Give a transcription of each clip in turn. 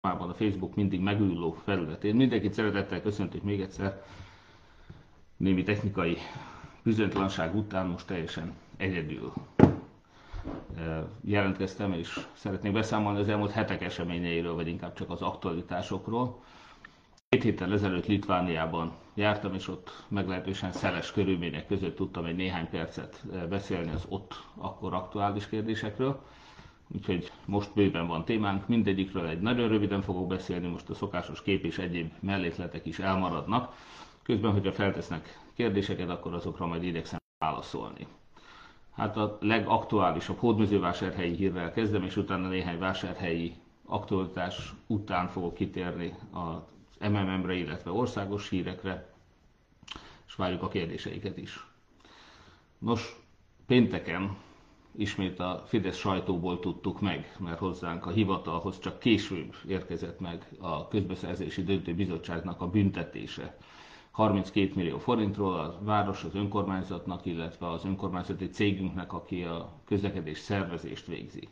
a Facebook mindig megújuló felületén. Mindenkit szeretettel köszöntök még egyszer. Némi technikai bizonytalanság után most teljesen egyedül jelentkeztem, és szeretnék beszámolni az elmúlt hetek eseményeiről, vagy inkább csak az aktualitásokról. 2 héttel ezelőtt Litvániában jártam, és ott meglehetősen szeles körülmények között tudtam egy néhány percet beszélni az ott akkor aktuális kérdésekről. Úgyhogy most bőven van témánk, mindegyikről egy nagyon röviden fogok beszélni, most a szokásos kép és egyéb mellékletek is elmaradnak. Közben, hogyha feltesznek kérdéseket, akkor azokra majd igyekszem válaszolni. Hát a legaktuálisabb hódmezővásárhelyi hírrel kezdem, és utána néhány vásárhelyi aktualitás után fogok kitérni az MMM-re, illetve országos hírekre, és várjuk a kérdéseiket is. Nos, pénteken ismét a Fidesz sajtóból tudtuk meg, mert hozzánk a hivatalhoz csak később érkezett meg a közbeszerzési döntőbizottságnak a büntetése. 32 millió forintról a város az önkormányzatnak, illetve az önkormányzati cégünknek, aki a közlekedés szervezést végzi.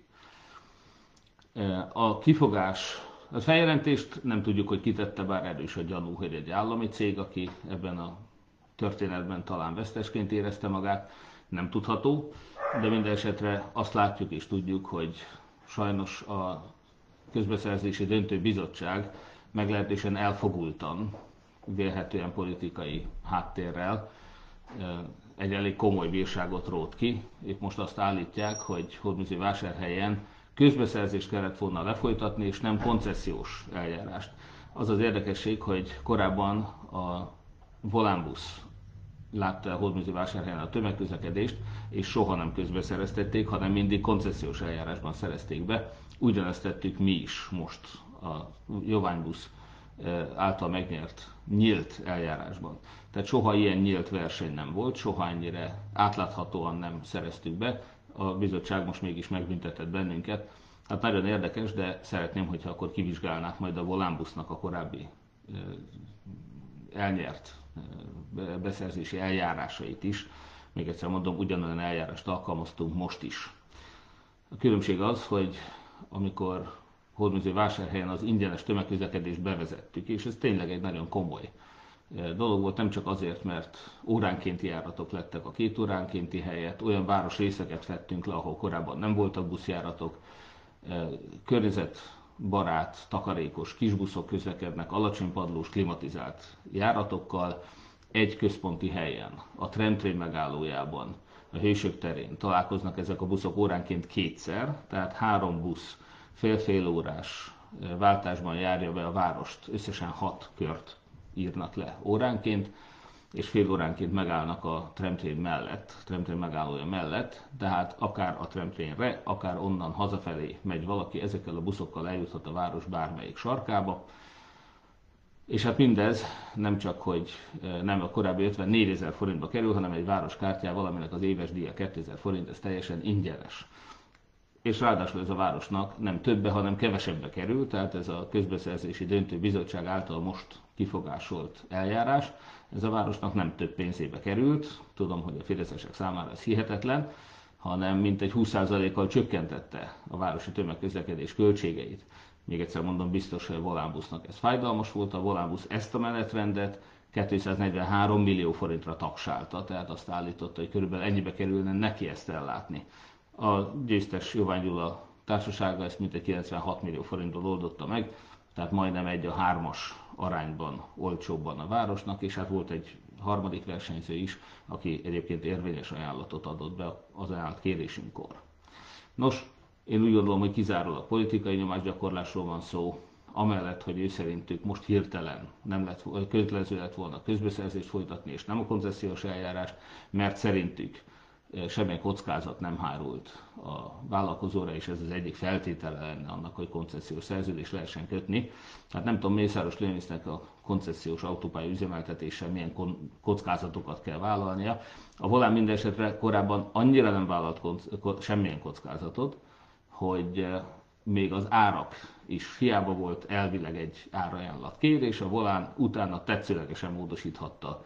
A kifogás, a feljelentést nem tudjuk, hogy kitette, bár erős a gyanú, hogy egy állami cég, aki ebben a történetben talán vesztesként érezte magát, nem tudható, de minden esetre azt látjuk és tudjuk, hogy sajnos a közbeszerzési döntőbizottság meglehetősen elfogultan, vélhetően politikai háttérrel egy elég komoly bírságot rótt ki. Épp most azt állítják, hogy Hódmezővásárhelyen közbeszerzést kellett volna lefolytatni, és nem koncesziós eljárást. Az az érdekesség, hogy korábban a Volánbusz látta a Hódmezővásárhelyen a tömegközlekedést, és soha nem közbeszereztették, hanem mindig koncesziós eljárásban szerezték be. Ugyanezt tettük mi is most a Joványbusz által megnyert nyílt eljárásban. Tehát soha ilyen nyílt verseny nem volt, soha ennyire átláthatóan nem szereztük be. A bizottság most mégis megbüntetett bennünket. Hát nagyon érdekes, de szeretném, hogyha akkor kivizsgálnák majd a Volánbusznak a korábbi elnyert beszerzési eljárásait is. Még egyszer mondom, ugyanolyan eljárást alkalmaztunk most is. A különbség az, hogy amikor Hódmezővásárhelyen az ingyenes tömegközlekedést bevezettük, és ez tényleg egy nagyon komoly dolog volt, nem csak azért, mert óránkénti járatok lettek a 2 óránkénti helyett, olyan városrészeket vettünk le, ahol korábban nem voltak buszjáratok, környezetbarát, takarékos kisbuszok közlekednek alacsony padlós, klimatizált járatokkal, egy központi helyen, a tramtrain megállójában, a Hősök terén találkoznak ezek a buszok óránként 2-szer, tehát 3 busz fél-fél órás váltásban járja be a várost, összesen 6 kört írnak le óránként, és fél óránként megállnak a tramtrain mellett, tramtrain megállója mellett, tehát akár a tramtrainre, akár onnan hazafelé megy valaki, ezekkel a buszokkal eljuthat a város bármelyik sarkába. És hát mindez nem csak, hogy nem a korábbi 54 000 forintba kerül, hanem egy városkártyával, aminek az éves díja 2000 forint, ez teljesen ingyenes. És ráadásul ez a városnak nem többe, hanem kevesebbe kerül, tehát ez a közbeszerzési döntőbizottság által most kifogásolt eljárás, ez a városnak nem több pénzébe került, tudom, hogy a fideszesek számára ez hihetetlen, hanem mintegy 20%-kal csökkentette a városi tömegközlekedés költségeit. Még egyszer mondom, biztos, hogy a Volánbusznak ez fájdalmas volt, a Volánbusz ezt a menetrendet 243 millió forintra tagsálta, tehát azt állította, hogy körülbelül ennyibe kerülne neki ezt ellátni. A győztes Jovány Gyula társasága ezt mintegy 96 millió forintból oldotta meg, tehát majdnem 1:3 arányban olcsóbban a városnak, és hát volt egy harmadik versenyző is, aki egyébként érvényes ajánlatot adott be az ajánlat kérésünkkor. Nos, én úgy gondolom, hogy kizárólag politikai nyomásgyakorlásról van szó, amellett, hogy ő szerintük most hirtelen nem lett, kötelező lett volna közbeszerzést folytatni, és nem a koncesziós eljárás, mert szerintük semmilyen kockázat nem hárult a vállalkozóra, és ez az egyik feltétele lenne annak, hogy koncesziós szerződést lehessen kötni. Hát nem tudom, Mészáros Lőrincnek a koncesziós autópálya üzemeltetéssel milyen kockázatokat kell vállalnia. A Volán minden esetre korábban annyira nem vállalt semmilyen kockázatot, hogy még az árak is hiába volt elvileg egy árajánlat kérés, a Volán utána tetszőlegesen módosíthatta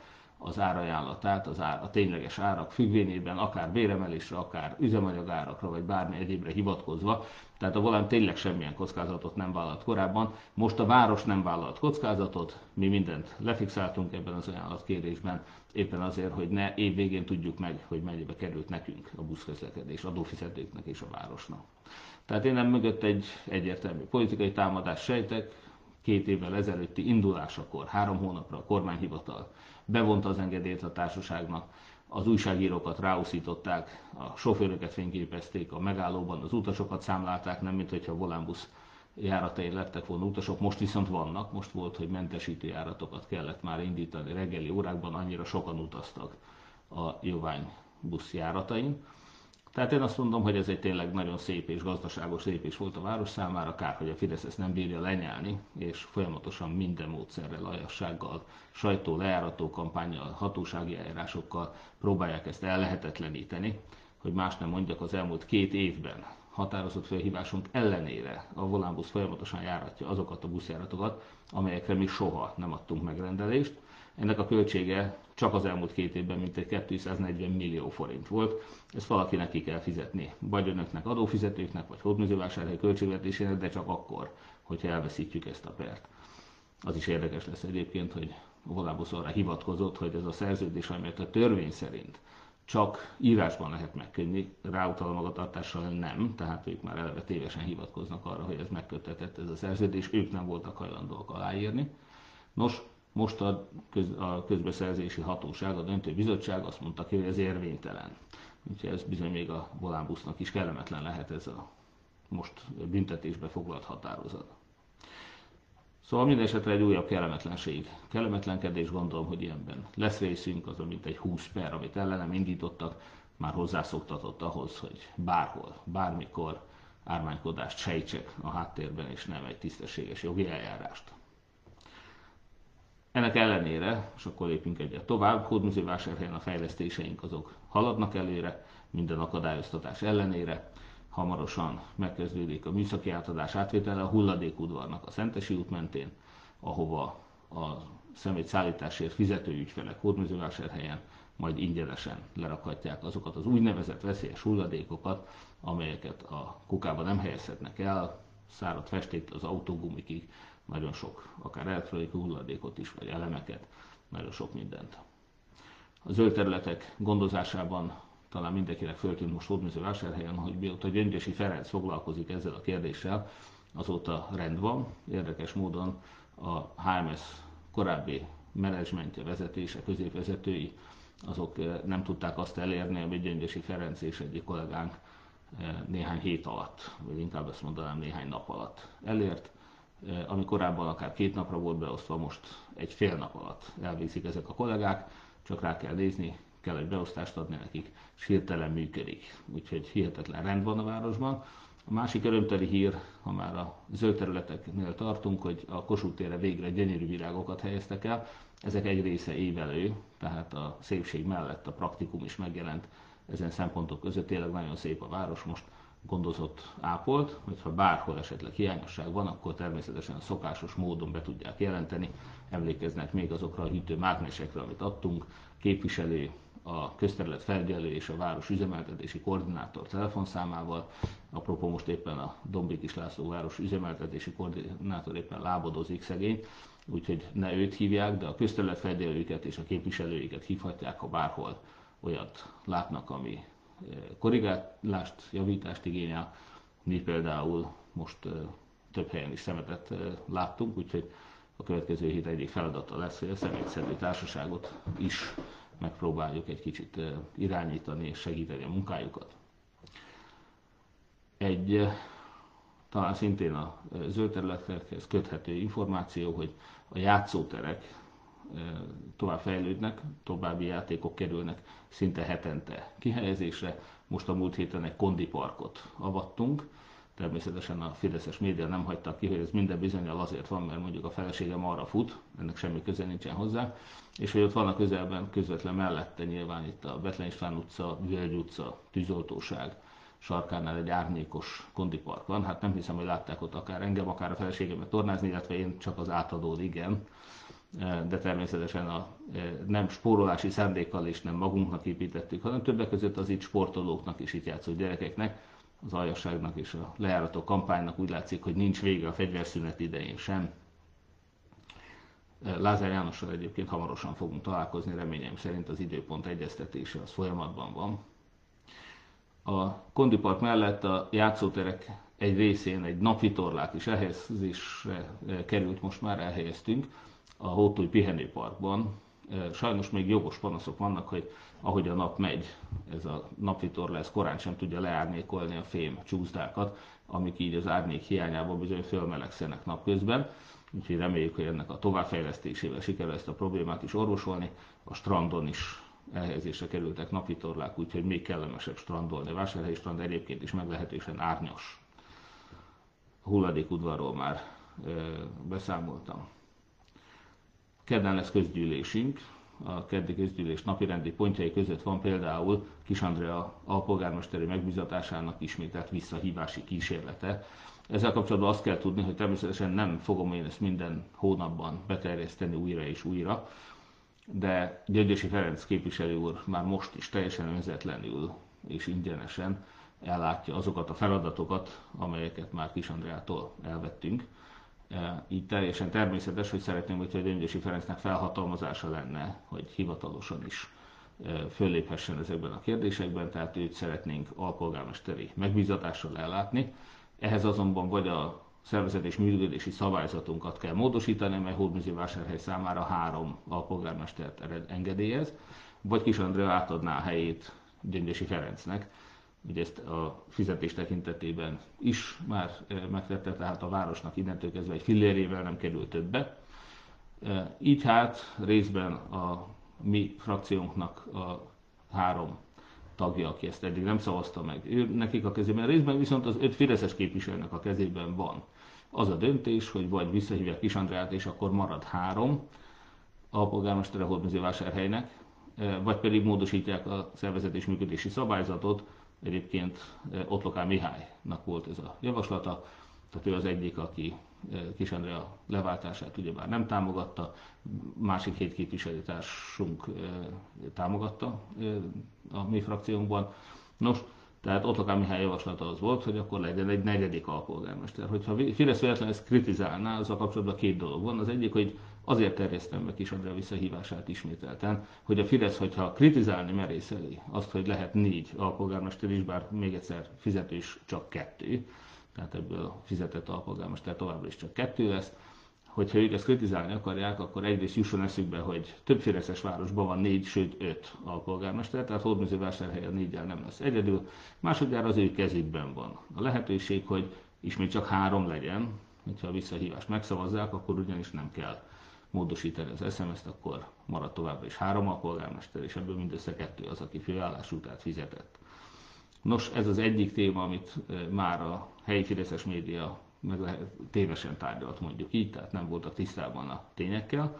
az árajánlatát, a tényleges árak függvényében, akár béremelésre, akár üzemanyagárakra, vagy bármi egyébre hivatkozva. Tehát a Volán tényleg semmilyen kockázatot nem vállalt korábban. Most a város nem vállalt kockázatot, mi mindent lefixáltunk ebben az ajánlatkérésben, éppen azért, hogy ne évvégén tudjuk meg, hogy mennyibe került nekünk a buszközlekedés, adófizetőknek és a városnak. Tehát én nem mögött egy egyértelmű politikai támadást sejtek. 2 évvel ezelőtti indulásakor, 3 hónapra a kormányhivatal bevonta az engedélyt a társaságnak, az újságírókat ráuszították, a sofőröket fényképezték, a megállóban az utasokat számlálták, nem mint hogyha Volánbusz járatain lettek volna utasok, most viszont vannak, most volt, hogy mentesítő járatokat kellett már indítani reggeli órákban, annyira sokan utaztak a Jovány busz járatain. Tehát én azt mondom, hogy ez egy tényleg nagyon szép és gazdaságos lépés volt a város számára, kár, hogy a Fidesz ezt nem bírja lenyelni, és folyamatosan minden módszerrel, aljassággal, sajtó lejárató kampánnyal, hatósági eljárásokkal próbálják ezt ellehetetleníteni, hogy más nem mondjak, az elmúlt 2 évben határozott felhívásunk ellenére a Volánbusz folyamatosan járatja azokat a buszjáratokat, amelyekre mi soha nem adtunk megrendelést. Ennek a költsége csak az elmúlt 2 évben mintegy 240 millió forint volt. Ezt valakinek ki kell fizetni, vagy önöknek, adófizetőknek, vagy Hódmezővásárhely költségvetésének, de csak akkor, hogyha elveszítjük ezt a pert. Az is érdekes lesz egyébként, hogy a Volánbusz arra hivatkozott, hogy ez a szerződés, amelyet a törvény szerint csak írásban lehet megkötni, ráutaló magatartással nem, tehát ők már eleve tévesen hivatkoznak arra, hogy ez megköttetett ez a szerződés, ők nem voltak hajlandóak aláírni. Nos, most a közbeszerzési hatóság, a döntőbizottság azt mondta ki, hogy ez érvénytelen. Úgyhogy ez bizony még a Volánbusznak is kellemetlen lehet ez a most büntetésbe foglalt határozat. Szóval minden esetre egy újabb kellemetlenkedés, gondolom, hogy ilyenben lesz részünk, az mint egy 20 per, amit ellenem indítottak, már hozzászoktatott ahhoz, hogy bárhol, bármikor ármánykodást sejtsek a háttérben, és nem egy tisztességes jogi eljárást. Ennek ellenére, és akkor lépünk egyet tovább, Hódmezővásárhelyen a fejlesztéseink azok haladnak előre, minden akadályoztatás ellenére. Hamarosan megkezdődik a műszaki átadás átvétele a hulladékudvarnak a Szentesi út mentén, ahova a szemétszállításért fizető ügyfelek Hódmezővásárhelyen majd ingyenesen lerakhatják azokat az úgynevezett veszélyes hulladékokat, amelyeket a kukába nem helyezhetnek el, száradt festéktől az autógumikig, nagyon sok, akár elektronikai hulladékot is, vagy elemeket, nagyon sok mindent. A zöld területek gondozásában talán mindenkinek föltűnt most Hódmezővásárhelyen, hogy mióta Gyöngyösi Ferenc foglalkozik ezzel a kérdéssel, azóta rend van. Érdekes módon a HMS korábbi menedzsmentje, vezetése, középvezetői, azok nem tudták azt elérni, amit Gyöngyösi Ferenc és egyik kollégánk néhány hét alatt, vagy inkább azt mondanám néhány nap alatt elért. Ami korábban akár 2 napra volt beosztva, most egy fél nap alatt elvégzik ezek a kollégák, csak rá kell nézni, kell egy beosztást adni nekik, és hirtelen működik. Úgyhogy hihetetlen rend van a városban. A másik örömteli hír, ha már a zöld területeknél tartunk, hogy a Kossuth térre végre gyönyörű virágokat helyeztek el. Ezek egy része évelő, tehát a szépség mellett a praktikum is megjelent ezen szempontok között. Tényleg nagyon szép a város most, gondozott, ápolt, hogyha bárhol esetleg hiányosság van, akkor természetesen a szokásos módon be tudják jelenteni. Emlékeznek még azokra a hűtőmágnesekre, amit adtunk, képviselő, a közterület felügyelő és a város üzemeltetési koordinátor telefonszámával. Apropó, most éppen a Dombik László város üzemeltetési koordinátor éppen lábadozik szegény, úgyhogy ne őt hívják, de a közterület felügyelőiket és a képviselőiket hívhatják, ha bárhol olyat látnak, ami korrigálást, javítást igényel. Mi például most több helyen is szemetet láttunk, úgyhogy a következő hét egyik feladata lesz, hogy a szemétszedő társaságot is megpróbáljuk egy kicsit irányítani és segíteni a munkájukat. Egy talán szintén a zöld területekhez köthető információ, hogy a játszóterek tovább fejlődnek, további játékok kerülnek szinte hetente kihelyezésre. Most a múlt héten egy kondiparkot avattunk. Természetesen a fideszes média nem hagyta ki, hogy ez minden bizonnyal azért van, mert mondjuk a feleségem arra fut, ennek semmi köze nincsen hozzá, és hogy ott van a közelben, közvetlen mellette nyilván itt a Bethlen István utca, Völgy utca, Tűzoltóság sarkánál egy árnyékos kondipark van. Hát nem hiszem, hogy látták ott akár engem, akár a feleségemet tornázni, illetve én csak az átadód, igen. de természetesen nem spórolási szándékkal és nem magunknak építettük, hanem többek között az itt sportolóknak és itt játszó gyerekeknek, az aljasságnak és a lejárató kampánynak úgy látszik, hogy nincs vége a fegyverszünet idején sem. Lázár Jánossal egyébként hamarosan fogunk találkozni, reményeim szerint az időpont egyeztetése az folyamatban van. A kondipark mellett a játszóterek egy részén egy napvitorlát is elhelyezésre került, most már elhelyeztünk a Hótúj pihenőparkban. Sajnos még jogos panaszok vannak, hogy ahogy a nap megy, ez a napvitorla ez korán sem tudja leárnyékolni a fém csúszdákat, amik így az árnyék hiányában bizony fölmelegszenek napközben. Úgyhogy reméljük, hogy ennek a továbbfejlesztésével sikerül ezt a problémát is orvosolni. A strandon is elhelyezésre kerültek napvitorlák, úgyhogy még kellemesebb strandolni. A Vásárhelyi strand egyébként is meglehetősen árnyas. A hulladékudvarról már beszámoltam. Kedden lesz közgyűlésünk. A keddi közgyűlés napirendi pontjai között van például Kis Andrea alpolgármesteri megbízatásának ismételt visszahívási kísérlete. Ezzel kapcsolatban azt kell tudni, hogy természetesen nem fogom én ezt minden hónapban beterjeszteni újra és újra, de Gyöngyösi Ferenc képviselő úr már most is teljesen önzetlenül és ingyenesen ellátja azokat a feladatokat, amelyeket már Kis Andreától elvettünk. Így teljesen természetes, hogy szeretném, hogyha Gyöngyösi Ferencnek felhatalmazása lenne, hogy hivatalosan is fölléphessen ezekben a kérdésekben, tehát őt szeretnénk alpolgármesteri megbízatással ellátni. Ehhez azonban vagy a szervezet és működési szabályzatunkat kell módosítani, mely Hódmezővásárhely számára 3 alpolgármestert engedélyez, vagy Kis Andrea átadná a helyét Gyöngyösi Ferencnek. Ugye ezt a fizetés tekintetében is már megtette, tehát a városnak innentől kezdve egy fillérével nem kerül többe. Így hát részben a mi frakciónknak a 3 tagja, aki ezt eddig nem szavazta meg, nekik a kezében, részben viszont az 5 fideszes képviselőnek a kezében van az a döntés, hogy vagy visszahívják Kis Andreát, és akkor marad 3 alpolgármestere Hódmezővásárhelynek, vagy pedig módosítják a szervezet és működési szabályzatot. Egyébként Ottlockár Mihálynak volt ez a javaslata, tehát ő az egyik, aki Kis Andrea leváltását ugyebár nem támogatta, másik 7 képviselőtársunk támogatta a mi frakciónkban. Nos, tehát Ottlockár Mihály javaslata az volt, hogy akkor legyen egy 4. alpolgármester. Hogyha Fidesz véletlenül ezt kritizálná, azzal kapcsolatban 2 dolog van. Az egyik, hogy azért terjesztem be Kis Andrea visszahívását ismételten, hogy a Fidesz, hogyha kritizálni merészeli azt, hogy lehet 4 alpolgármester is, bár még egyszer fizetős csak 2, tehát ebből a fizetett alpolgármester továbbra is csak 2 lesz. Hogyha ők ezt kritizálni akarják, akkor egyrészt jusson eszükbe, hogy több fideszes városban van 4, sőt 5 alpolgármester, tehát Hódmezővásárhelyen 4-el nem lesz egyedül. Másodjára az ő kezükben van a lehetőség, hogy ismét csak 3 legyen, hogyha a visszahívást megszavazzák, akkor ugyanis nem kell módosítani az SMS-t, akkor marad továbbra is 3 alpolgármester, és ebből mindössze 2 az, aki főállású, tehát fizetett. Nos, ez az egyik téma, amit már a helyi fideszes média tévesen tárgyalt, mondjuk így, tehát nem voltak tisztában a tényekkel,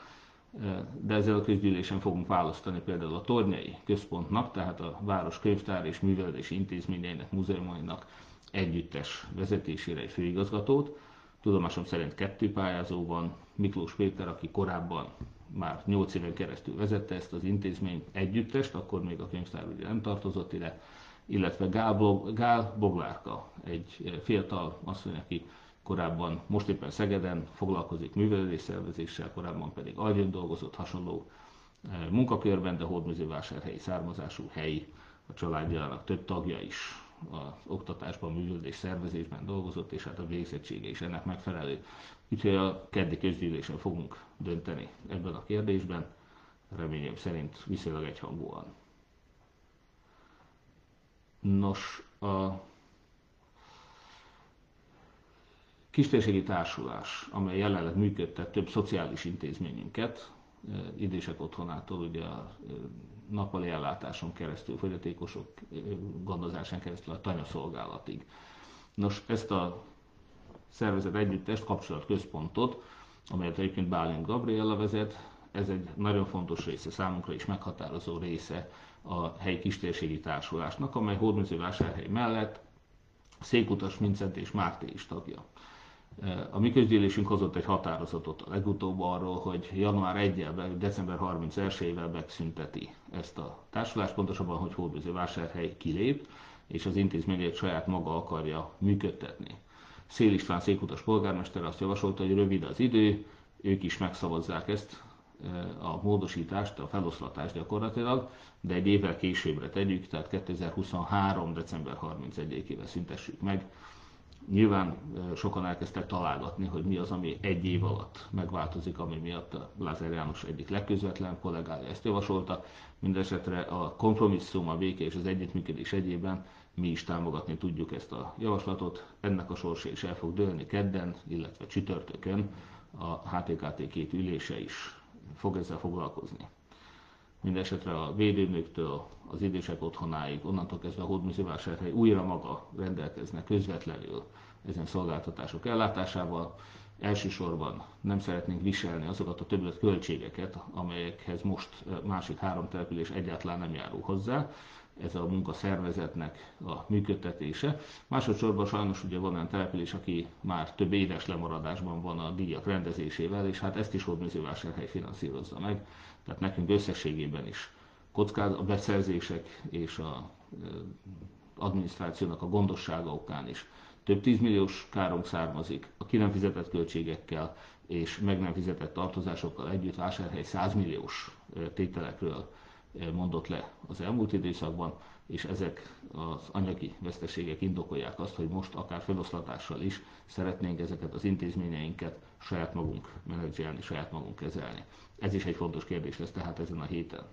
de ezzel a közgyűlésen fogunk választani például a Tornyai Központnak, tehát a város könyvtár és művelődési intézményeinek, múzeumainak együttes vezetésére egy főigazgatót. Tudomásom szerint 2 pályázó van, Miklós Péter, aki korábban már 8 éven keresztül vezette ezt az intézmény együttest, akkor még a könyvtár ugye nem tartozott ide, illetve Gál Boglárka, egy fiatal asszony, aki korábban, most éppen Szegeden foglalkozik művelődésszervezéssel, korábban pedig Algyőn dolgozott hasonló munkakörben, de Hódmezővásárhelyi származású helyi, a családjának több tagja is az oktatásban, művelődés szervezésben dolgozott, és hát a végzettsége is ennek megfelelő. Úgyhogy a keddi közgyűlésen fogunk dönteni ebben a kérdésben, reményem szerint viszonylag egyhangúan. Nos, a Kistérségi Társulás, amely jelenleg működtet több szociális intézményünket, idősek otthonától ugye a nappali ellátáson keresztül, fogyatékosok gondozásán keresztül a tanyaszolgálatig. Nos, ezt a szervezet együttest, kapcsolatközpontot, amelyet egyébként Bálint Gabriella vezet, ez egy nagyon fontos része, számunkra is meghatározó része a helyi Kistérségi Társulásnak, amely Hódmezővásárhely mellett Székutas, Mincent és Márté is tagja. A mi közgyűlésünk hozott egy határozatot a legutóbb arról, hogy január 1-jel, december 31-ével megszünteti ezt a társulást, pontosabban, hogy Hódmezővásárhely kilép, és az intézményét saját maga akarja működtetni. Széll István székutas polgármester azt javasolta, hogy rövid az idő, ők is megszavazzák ezt a módosítást, a feloszlatást gyakorlatilag, de egy évvel későbbre tegyük, tehát 2023. december 31-ével szüntessük meg. Nyilván sokan elkezdtek találgatni, hogy mi az, ami egy év alatt megváltozik, ami miatt a Lázár János egyik legközvetlen kollégája ezt javasolta. Mindenesetre a kompromisszum, a béke és az együttműködés egyében mi is támogatni tudjuk ezt a javaslatot. Ennek a sorsa is el fog dőlni kedden, illetve csütörtökön a HTKT 2 ülése is fog ezzel foglalkozni. Mindenesetre a védőnőktől az idősek otthonáig, onnantól kezdve a Hódmezővásárhely újra maga rendelkezne közvetlenül ezen szolgáltatások ellátásával. Elsősorban nem szeretnénk viselni azokat a többlet költségeket, amelyekhez most másik 3 település egyáltalán nem járul hozzá. Ez a munkaszervezetnek a működtetése. Másodszorban sajnos ugye van olyan település, aki már több éves lemaradásban van a díjak rendezésével, és hát ezt is Hódmezővásárhely finanszírozza meg. Tehát nekünk összességében is kockázat, a beszerzések és az adminisztrációnak a gondossága okán is több 10 milliós kárunk származik, a ki nem fizetett költségekkel és meg nem fizetett tartozásokkal együtt Vásárhely 100 milliós tételekről mondott le az elmúlt időszakban, és ezek az anyagi veszteségek indokolják azt, hogy most akár feloszlatással is szeretnénk ezeket az intézményeinket saját magunk menedzselni, saját magunk kezelni. Ez is egy fontos kérdés lesz tehát ezen a héten.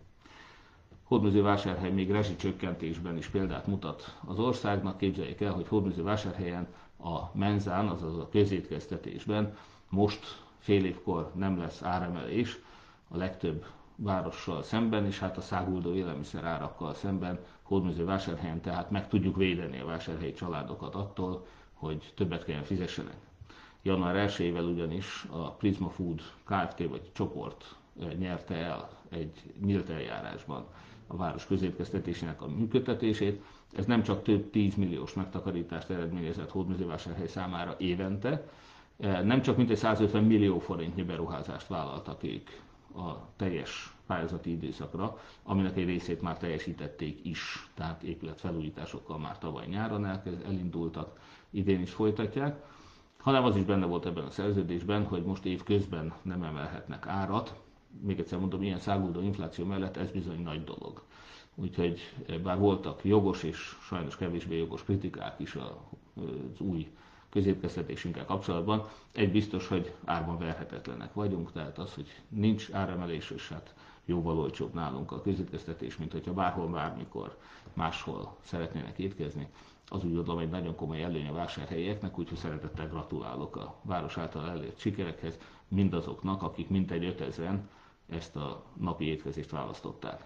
Hódmezővásárhely még rezsicsökkentésben is példát mutat az országnak. Képzeljék el, hogy Hódmezővásárhelyen a menzán, azaz a közétkeztetésben most fél évkor nem lesz áremelés a legtöbb várossal szemben, és hát a száguldó élelmiszer árakkal szemben Hódmezővásárhelyen, tehát meg tudjuk védeni a vásárhelyi családokat attól, hogy többet kelljen fizessenek. Január 1-ével ugyanis a Prisma Food Kft. Vagy csoport nyerte el egy nyílt eljárásban a város közétkeztetésének a működtetését. Ez nem csak több 10 milliós megtakarítást eredményezett Hódmezővásárhely számára évente, nem csak mintegy 150 millió forintnyi beruházást vállaltak ők a teljes pályázati időszakra, aminek egy részét már teljesítették is, tehát épületfelújításokkal már tavaly nyáron elindultak, idén is folytatják, hanem az is benne volt ebben a szerződésben, hogy most év közben nem emelhetnek árat. Még egyszer mondom, ilyen száguldó infláció mellett ez bizony nagy dolog. Úgyhogy bár voltak jogos és sajnos kevésbé jogos kritikák is az új középkeztetésünkkel kapcsolatban, egy biztos, hogy árban verhetetlenek vagyunk, tehát az, hogy nincs áremelés, és hát jóval olcsóbb nálunk a középkeztetés, mint hogyha bárhol, bármikor máshol szeretnének étkezni. Az úgy gondolom egy nagyon komoly előny a vásárhelyieknek, úgyhogy szeretettel gratulálok a város által elért sikerekhez mindazoknak, akik mintegy 5000-en ezt a napi étkezést választották.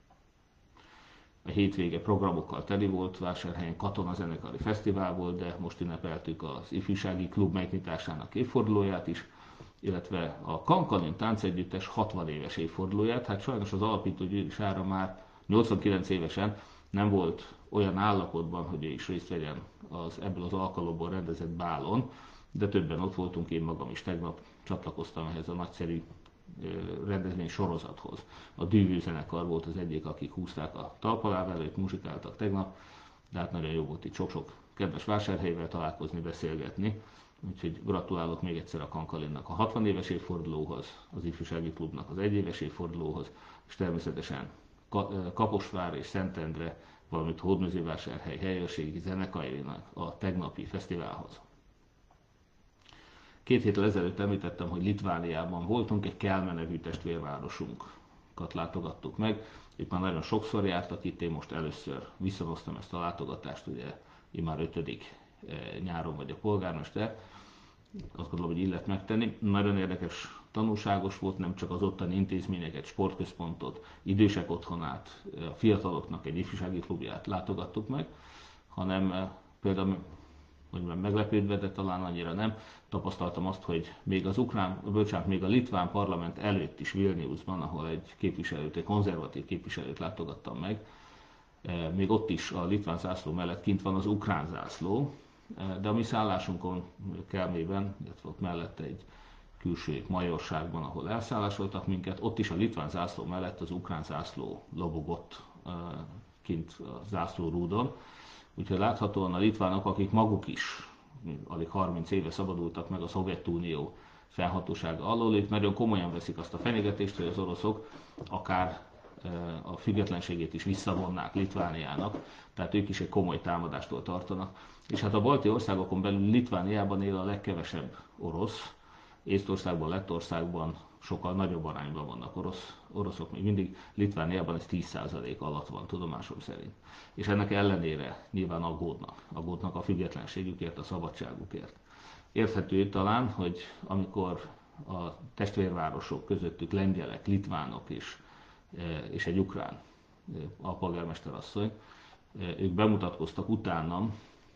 A hétvége programokkal teli volt, Vásárhelyen katonazenekari fesztivál volt, de most ünnepeltük az ifjúsági klub megnyitásának évfordulóját is, illetve a Kankalin táncegyüttes 60 éves évfordulóját. Hát sajnos az alapító gyűjtésára már 89 évesen nem volt olyan állapotban, hogy ő is részt vegyen ebből az alkalomból rendezett bálon, de többen ott voltunk, én magam is tegnap csatlakoztam ehhez a nagyszerű rendezvény sorozathoz. A Dűvő zenekar volt az egyik, akik húzták a talpalávelőt, muzsikáltak tegnap, de hát nagyon jó volt itt sok-sok kedves vásárhelyivel találkozni, beszélgetni. Úgyhogy gratulálok még egyszer a Kankalinnak a 60 éves évfordulóhoz, az ifjúsági klubnak az 1 éves évfordulóhoz, és természetesen Kaposvár és Szentendre, valamint Hódmezővásárhely helyőrségi zenekarinak a tegnapi fesztiválhoz. 2 héttel ezelőtt említettem, hogy Litvániában voltunk, egy Kelme nevű testvérvárosunkat látogattuk meg. Itt már nagyon sokszor jártak itt, én most először visszahoztam ezt a látogatást, ugye én már 5. nyáron vagyok polgármester, azt gondolom, hogy illet megtenni. Nagyon érdekes, tanulságos volt, nem csak az ottani intézményeket, sportközpontot, idősek otthonát, a fiataloknak egy ifjúsági klubját látogattuk meg, hanem például, hogy meglepődve, de talán annyira nem, tapasztaltam azt, hogy még még a litván parlament előtt is Vilniusban, ahol egy konzervatív képviselőt látogattam meg, még ott is a litván zászló mellett kint van az ukrán zászló, de a mi szállásunkon Kelmében, illetve ott mellette egy külső majorságban, ahol elszállásoltak minket, ott is a litván zászló mellett az ukrán zászló lobogott kint a zászlórúdon. Úgyhogy láthatóan a litvánok, akik maguk is alig 30 éve szabadultak meg a Szovjetunió fennhatósága alól, ők nagyon komolyan veszik azt a fenyegetést, hogy az oroszok akár a függetlenségét is visszavonnák Litvániának, tehát ők is egy komoly támadástól tartanak. És hát a balti országokon belül Litvániában él a legkevesebb orosz, Észtországban, Lettországban sokkal nagyobb arányban vannak oroszok, még mindig Litvániában ez 10% alatt van tudomásom szerint. És ennek ellenére nyilván aggódnak a függetlenségükért, a szabadságukért. Érthető talán, hogy amikor a testvérvárosok közöttük lengyelek, litvánok és egy ukrán alpolgármesterasszony, ők bemutatkoztak utánam,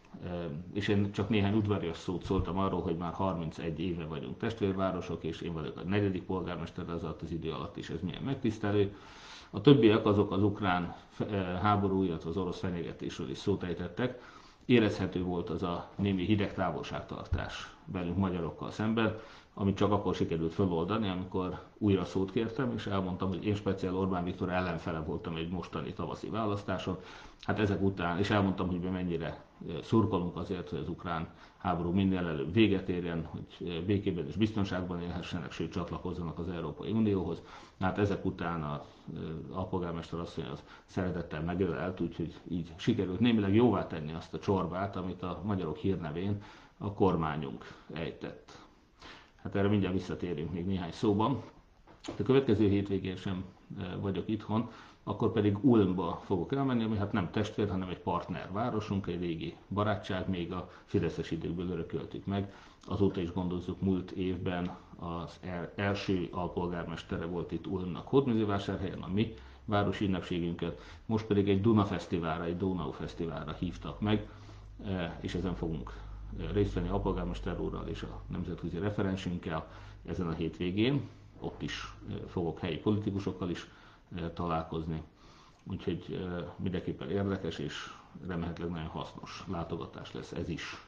és én csak néhány udvarias szót szóltam arról, hogy már 31 éve vagyunk testvérvárosok, és én vagyok a 4. polgármester az alatt az idő alatt is, ez milyen megtisztelő. A többiek azok az ukrán háború, illetve az orosz fenyegetésről is szót ejtettek. Érezhető volt az a némi hideg távolságtartás velünk magyarokkal szemben, amit csak akkor sikerült feloldani, amikor újra szót kértem, és elmondtam, hogy én speciál Orbán Viktor ellenfele voltam egy mostani tavaszi választáson. Hát ezek után, és elmondtam, hogy mi mennyire szurkolunk azért, hogy az ukrán háború minél előbb véget érjen, hogy békében és biztonságban élhessenek, sőt csatlakozzanak az Európai Unióhoz. Hát ezek után a alpolgármester asszony az szeretettel megölelt, úgyhogy így sikerült némileg jóvá tenni azt a csorbát, amit a magyarok hírnevén a kormányunk ejtett. Hát erre mindjárt visszatérünk még néhány szóban. A következő hétvégén sem vagyok itthon, akkor pedig Ulmba fogok elmenni, ami hát nem testvér, hanem egy partnervárosunk, egy régi barátság, még a fideszes időkből örököltük meg. Azóta is gondozzuk, múlt évben az első alpolgármestere volt itt Ulmnak Hódmezővásárhelyen, a mi városi ünnepségünket, most pedig egy Duna Fesztiválra, egy Donau Fesztiválra hívtak meg, és ezen fogunk részt venni a polgármester úrral és a nemzetközi referensünkkel ezen a hétvégén. Ott is fogok helyi politikusokkal is találkozni. Úgyhogy mindenképpen érdekes és remélhetőleg nagyon hasznos látogatás lesz ez is.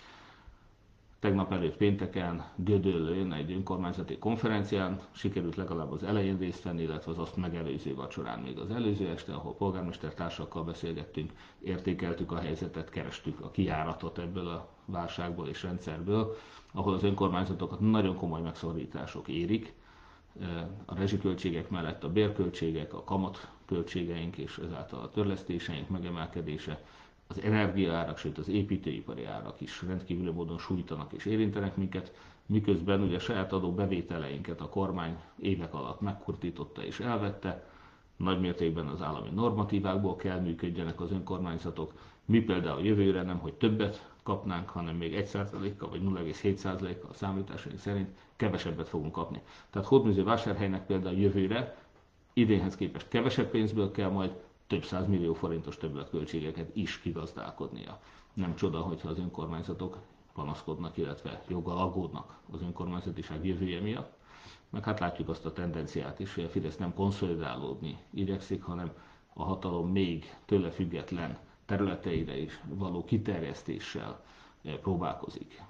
Tegnap előtt pénteken Gödöllőn egy önkormányzati konferencián sikerült legalább az elején részt venni, illetve az azt megelőző vacsorán még az előző este, ahol polgármestertársakkal beszélgettünk, értékeltük a helyzetet, kerestük a kijáratot ebből a válságból és rendszerből, ahol az önkormányzatokat nagyon komoly megszorítások érik. A rezsiköltségek mellett a bérköltségek, a kamatköltségeink és ezáltal a törlesztéseink megemelkedése, az energiaárak, sőt az építőipari árak is rendkívüli módon sújtanak és érintenek minket, miközben ugye saját adó bevételeinket a kormány évek alatt megkurtította és elvette, nagymértékben az állami normatívákból kell működjenek az önkormányzatok, mi például jövőre nem, hogy többet kapnánk, hanem még 1%-kal vagy 0,7%-kal a számításaink szerint kevesebbet fogunk kapni. Tehát Hódmezővásárhelynek például jövőre idénhez képest kevesebb pénzből kell majd több 100 millió forintos többletköltségeket is kigazdálkodnia. Nem csoda, hogyha az önkormányzatok panaszkodnak, illetve joggal aggódnak az önkormányzatiság jövője miatt. Meg hát látjuk azt a tendenciát is, hogy a Fidesz nem konszolidálódni igyekszik, hanem a hatalom még tőle független területeire is való kiterjesztéssel próbálkozik.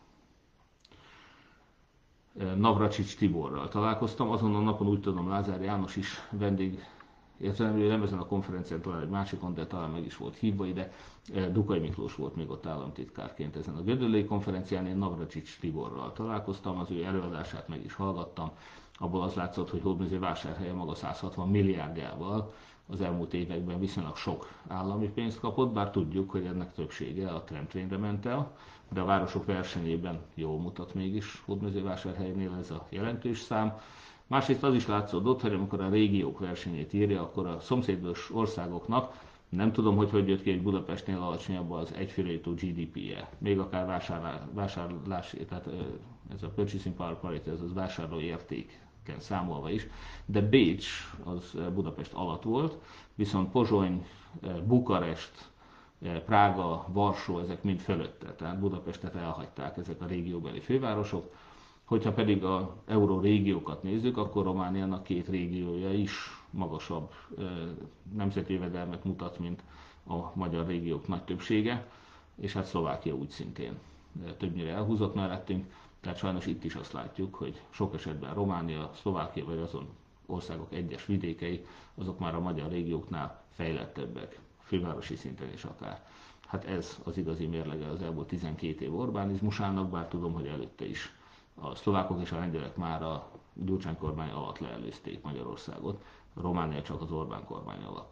Navracsics Tiborral találkoztam, azon a napon úgy tudom Lázár János is vendég, értelemben nem ezen a konferencián, talán egy másikon, de talán meg is volt hívva ide. Dukai Miklós volt még ott államtitkárként ezen a gödöllői konferencián, én Navracsics Tiborral találkoztam, az ő előadását meg is hallgattam. Abból az látszott, hogy Hódmezővásárhelyen maga 160 milliárdjával az elmúlt években viszonylag sok állami pénzt kapott, bár tudjuk, hogy ennek többsége a tramtrainre ment el, de a városok versenyében jól mutat mégis Hódmezővásárhelynél ez a jelentős szám. Másrészt az is látszódott, hogy amikor a régiók versenyét írja, akkor a szomszédos országoknak, nem tudom, hogy jött ki, hogy Budapestnél alacsonyabb az egyfőre jutó GDP-je. Még akár vásárlási, tehát ez a purchasing power parity, ez az vásárló értéken számolva is, de Bécs az Budapest alatt volt, viszont Pozsony, Bukarest, Prága, Varsó, ezek mind fölötte, tehát Budapestet elhagyták ezek a régióbeli fővárosok. Hogyha pedig az eurórégiókat nézzük, akkor Romániának 2 régiója is magasabb nemzeti jövedelmet mutat, mint a magyar régiók nagy többsége. és hát Szlovákia úgy szintén többnyire elhúzott mellettünk, tehát sajnos itt is azt látjuk, hogy sok esetben Románia, Szlovákia vagy azon országok egyes vidékei, azok már a magyar régióknál fejlettebbek, fővárosi szinten is akár. Hát ez az igazi mérlege az elmúlt 12 év Orbánizmusának, bár tudom, hogy előtte is a szlovákok és a lengyelek már a Gyurcsány kormány alatt leelőzték Magyarországot, a Románia csak az Orbán kormány alatt.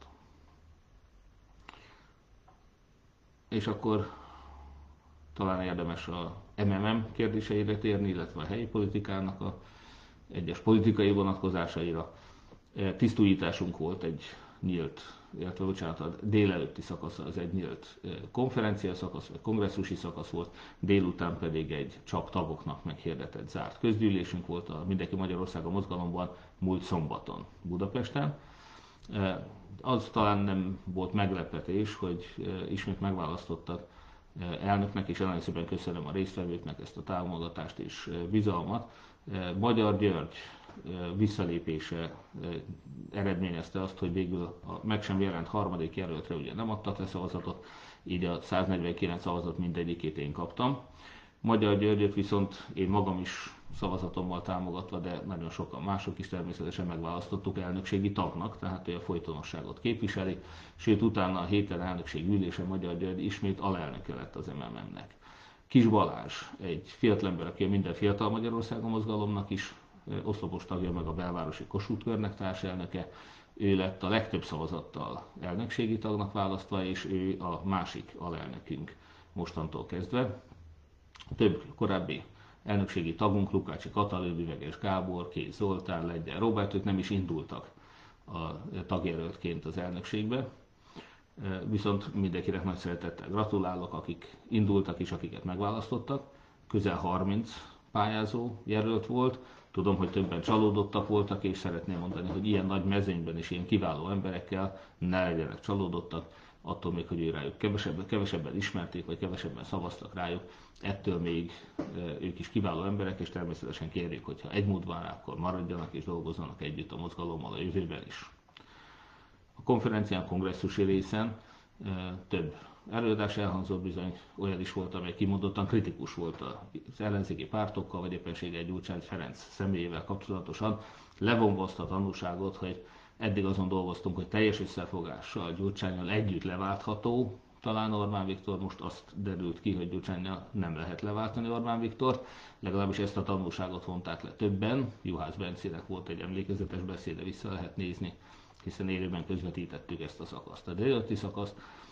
És akkor talán érdemes a MMM kérdéseire térni, illetve a helyi politikának a egyes politikai vonatkozásaira. Tisztújításunk volt egy nyílt, illetve bocsánat, a délelőtti szakasz az egy nyílt konferencia szakasz, vagy kongresszusi szakasz volt, délután pedig egy csak tagoknak meghirdetett zárt közgyűlésünk volt a Mindenki Magyarországa mozgalomban múlt szombaton Budapesten. Az talán nem volt meglepetés, hogy ismét megválasztottak elnöknek, és nagyon szépen köszönöm a résztvevőknek ezt a támogatást és bizalmat. Magyar György visszalépése eredményezte azt, hogy végül a meg sem jelent harmadik jelöltre ugye nem adtak le szavazatot, így a 149 szavazat mindegyikét én kaptam. Magyar Györgyöt viszont én magam is szavazatommal támogatva, de nagyon sokan mások is természetesen megválasztottuk elnökségi tagnak, tehát ő a folytonosságot képviseli, sőt utána a héten elnökség ülése Magyar György ismét alelnöke lett az MMM-nek. Kis Balázs, egy fiatalember, aki a Minden Fiatal Magyarországon mozgalomnak is oszlopos tagja, meg a belvárosi Kossuth körnek társelnöke, ő lett a legtöbb szavazattal elnökségi tagnak választva, és ő a másik alelnökünk mostantól kezdve. Több korábbi elnökségi tagunk, Lukácsi Katalin, Üveges Gábor, Kéz Zoltán, Lengyel Robert, ők nem is indultak a tagjelöltként az elnökségbe. Viszont mindenkinek nagy szeretettel gratulálok, akik indultak és akiket megválasztottak. Közel 30 pályázó jelölt volt. Tudom, hogy többen csalódottak voltak, és szeretném mondani, hogy ilyen nagy mezőnyben és ilyen kiváló emberekkel ne legyenek csalódottak, attól még, hogy rájuk kevesebben ismerték, vagy kevesebben szavaztak rájuk, ettől még ők is kiváló emberek, és természetesen kérjük, hogyha egy mód van rá, akkor maradjanak és dolgozzanak együtt a mozgalommal a jövőben is. A konferencián, kongresszusi részen több előadás elhangzott, bizony olyan is volt, amely kimondottan kritikus volt az ellenzéki pártokkal, vagy éppenséggel Gyurcsány Ferenc személyével kapcsolatosan, levonva azt a tanulságot, hogy eddig azon dolgoztunk, hogy teljes összefogással Gyurcsánnyal együtt leváltható, talán Orbán Viktor, most azt derült ki, hogy Gyurcsánnyal nem lehet leváltani Orbán Viktort, legalábbis ezt a tanulságot vonták le többen. Juhász Bencének volt egy emlékezetes beszéde, vissza lehet nézni, hiszen élőben közvetítettük ezt a szakaszt. A délelőtti szakaszt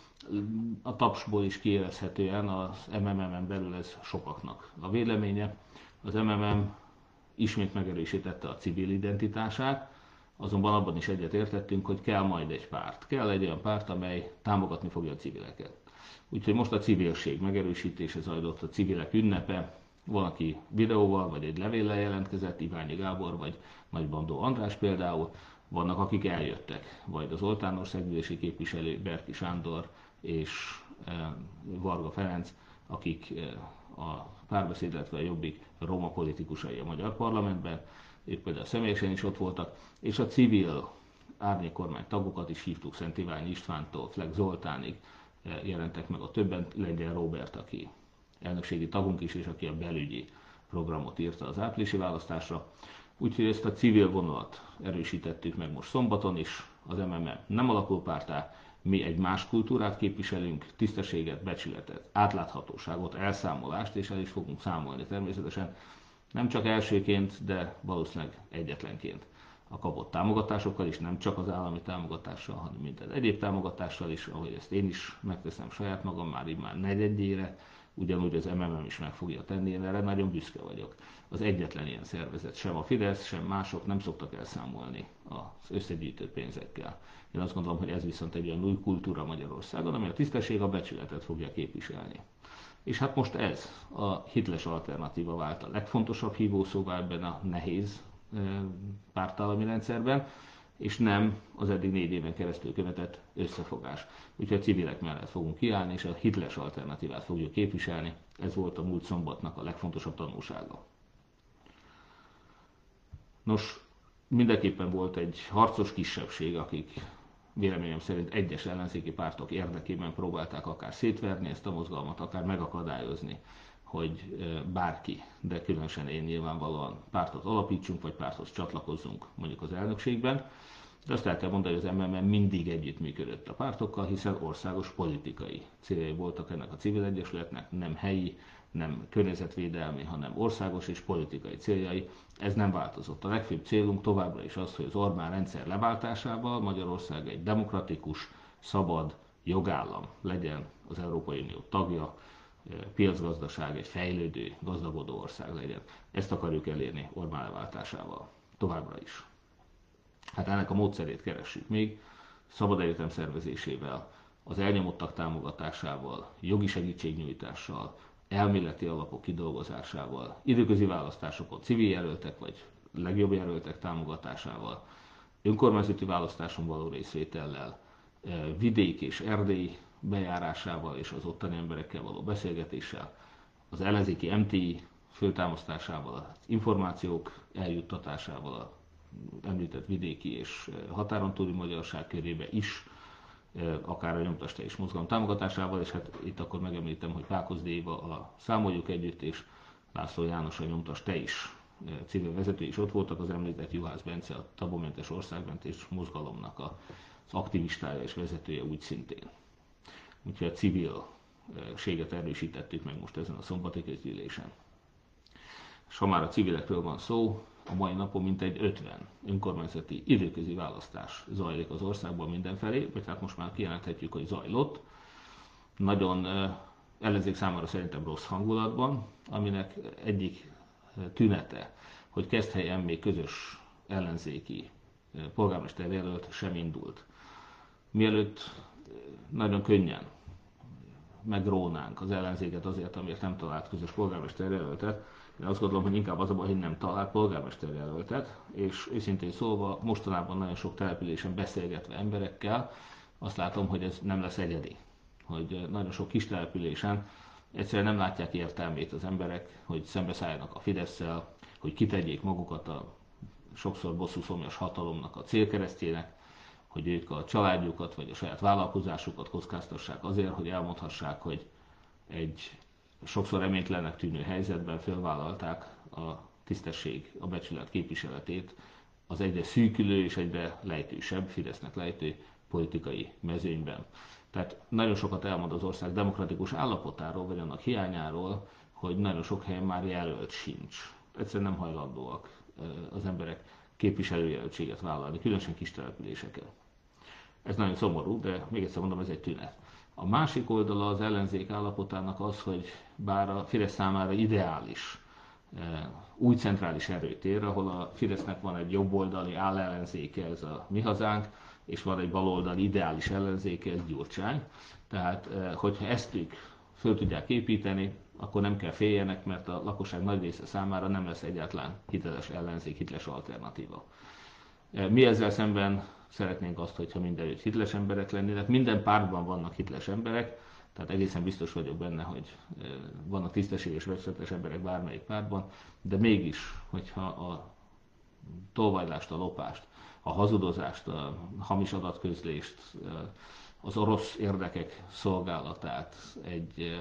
a tapsból is kiérezhetően az MMM-en belül ez sokaknak a véleménye. Az MMM ismét megerősítette a civil identitását, azonban abban is egyetértettünk, hogy kell majd egy párt. Kell egy olyan párt, amely támogatni fogja a civileket. Úgyhogy most a civilség megerősítése zajlott, a civilek ünnepe. Valaki videóval vagy egy levéllel jelentkezett, Iványi Gábor vagy Nagybandó András például. Vannak, akik eljöttek, vagy az Zoltán országgyűlési képviselő, Berki Sándor és Varga Ferenc, akik a Párbeszéd, illetve a Jobbik roma politikusai a magyar parlamentben, ők például személyesen is ott voltak, és a civil árnyékkormány tagokat is hívtuk, Szent Iványi Istvántól Fleck Zoltánig jelentek meg a többen, Lengyel Robert, aki elnökségi tagunk is, és aki a belügyi programot írta az áprilisi választásra. Úgyhogy ezt a civil vonalat erősítettük meg most szombaton is, az MMM nem alakul pártá, mi egy más kultúrát képviselünk, tisztességet, becsületet, átláthatóságot, elszámolást, és el is fogunk számolni természetesen, nem csak elsőként, de valószínűleg egyetlenként a kapott támogatásokkal is, nem csak az állami támogatással, hanem minden egyéb támogatással is, ahogy ezt én is megteszem saját magam már negyedjére, ugyanúgy az MMM is meg fogja tenni, én erre nagyon büszke vagyok. Az egyetlen ilyen szervezet, sem a Fidesz, sem mások nem szoktak elszámolni az összegyűjtött pénzekkel. Én azt gondolom, hogy ez viszont egy olyan új kultúra Magyarországon, ami a tisztesség, a becsületet fogja képviselni. És hát most ez a hitles alternatíva vált a legfontosabb hívószóvá ebben a nehéz pártállami rendszerben, és nem az eddig 4 éven keresztül követett összefogás. Úgyhogy a civilek mellett fogunk kiállni, és a hitles alternatívát fogjuk képviselni. Ez volt a múlt szombatnak a legfontosabb tanulsága. Nos, mindenképpen volt egy harcos kisebbség, akik véleményem szerint egyes ellenzéki pártok érdekében próbálták akár szétverni ezt a mozgalmat, akár megakadályozni, hogy bárki, de különösen én nyilvánvalóan pártot alapítsunk, vagy párthoz csatlakozzunk mondjuk az elnökségben. De azt el kell mondani, hogy az MMM mindig együttműködött a pártokkal, hiszen országos politikai céljai voltak ennek a civil egyesületnek, nem helyi, nem környezetvédelmi, hanem országos és politikai céljai. Ez nem változott. A legfőbb célunk továbbra is az, hogy az Orbán rendszer leváltásával Magyarország egy demokratikus, szabad jogállam legyen, az Európai Unió tagja, piacgazdaság, egy fejlődő, gazdagodó ország legyen. Ezt akarjuk elérni Orbán leváltásával. Továbbra is. Hát ennek a módszerét keressük még, szabad egyetem szervezésével, az elnyomottak támogatásával, jogi segítségnyújtással, elméleti alapok kidolgozásával, időközi választásokon civil jelöltek vagy legjobb jelöltek támogatásával, önkormányzati választáson való részvétellel, vidék és Erdély bejárásával és az ottani emberekkel való beszélgetéssel, az ellenzéki MTI föltámasztásával, az információk eljuttatásával, a említett vidéki és határon túli magyarság körébe is, akár a nyomtas és mozgalom támogatásával, és hát itt akkor megemlítem, hogy Pákozdi Éva a Számoljuk Együtt, és László János a nyomtas te is civil vezető is ott voltak, az említett Juhász Bence a Tabomentes Országmentés mozgalomnak az aktivistája és vezetője úgy szintén. Úgyhogy a civilséget erősítettük meg most ezen a szombati közgyűlésen. És ha már a civilekről van szó, a mai napon mintegy 50 önkormányzati időközi választás zajlik az országban mindenfelé, vagy hát most már kijelenthetjük, hogy zajlott. Nagyon ellenzék számára szerintem rossz hangulatban, aminek egyik tünete, hogy Keszthelyen még közös ellenzéki polgármester jelölt sem indult. Mielőtt nagyon könnyen megrónánk az ellenzéket azért, amiért nem talált közös polgármester jelöltet, én azt gondolom, hogy inkább az a baj, hogy nem talált polgármester jelöltet, és őszintén szólva mostanában nagyon sok településen beszélgetve emberekkel azt látom, hogy ez nem lesz egyedi. Hogy nagyon sok kis településen egyszerűen nem látják értelmét az emberek, hogy szembeszálljanak a Fidesszel, hogy kitegyék magukat a sokszor bosszúszomjas hatalomnak a célkeresztjének, hogy ők a családjukat vagy a saját vállalkozásukat kockáztassák azért, hogy elmondhassák, hogy egy sokszor reménytelennek tűnő helyzetben felvállalták a tisztesség, a becsület képviseletét az egyre szűkülő és egyre lejtősebb, Fidesznek lejtő politikai mezőnyben. Tehát nagyon sokat elmond az ország demokratikus állapotáról, vagy annak hiányáról, hogy nagyon sok helyen már jelölt sincs. Egyszerűen nem hajlandóak az emberek képviselőjelöltséget vállalni, különösen kis településeken. Ez nagyon szomorú, de még egyszer mondom, ez egy tünet. A másik oldala az ellenzék állapotának az, hogy bár a Fidesz számára ideális új centrális erőtér, ahol a Fidesznek van egy jobboldali állellenzéke, ez a Mi Hazánk, és van egy baloldali ideális ellenzéke, ez Gyurcsány. Tehát, hogyha ezt ők föl tudják építeni, akkor nem kell féljenek, mert a lakosság nagy része számára nem lesz egyáltalán hiteles ellenzék, hiteles alternatíva. Mi ezzel szemben szeretnénk azt, hogyha mindenütt hiteles emberek lennének. Minden pártban vannak hiteles emberek, tehát egészen biztos vagyok benne, hogy vannak tisztességes, becsületes emberek bármelyik pártban, de mégis, hogyha a tolvajlást, a lopást, a hazudozást, a hamis adatközlést, az orosz érdekek szolgálatát egy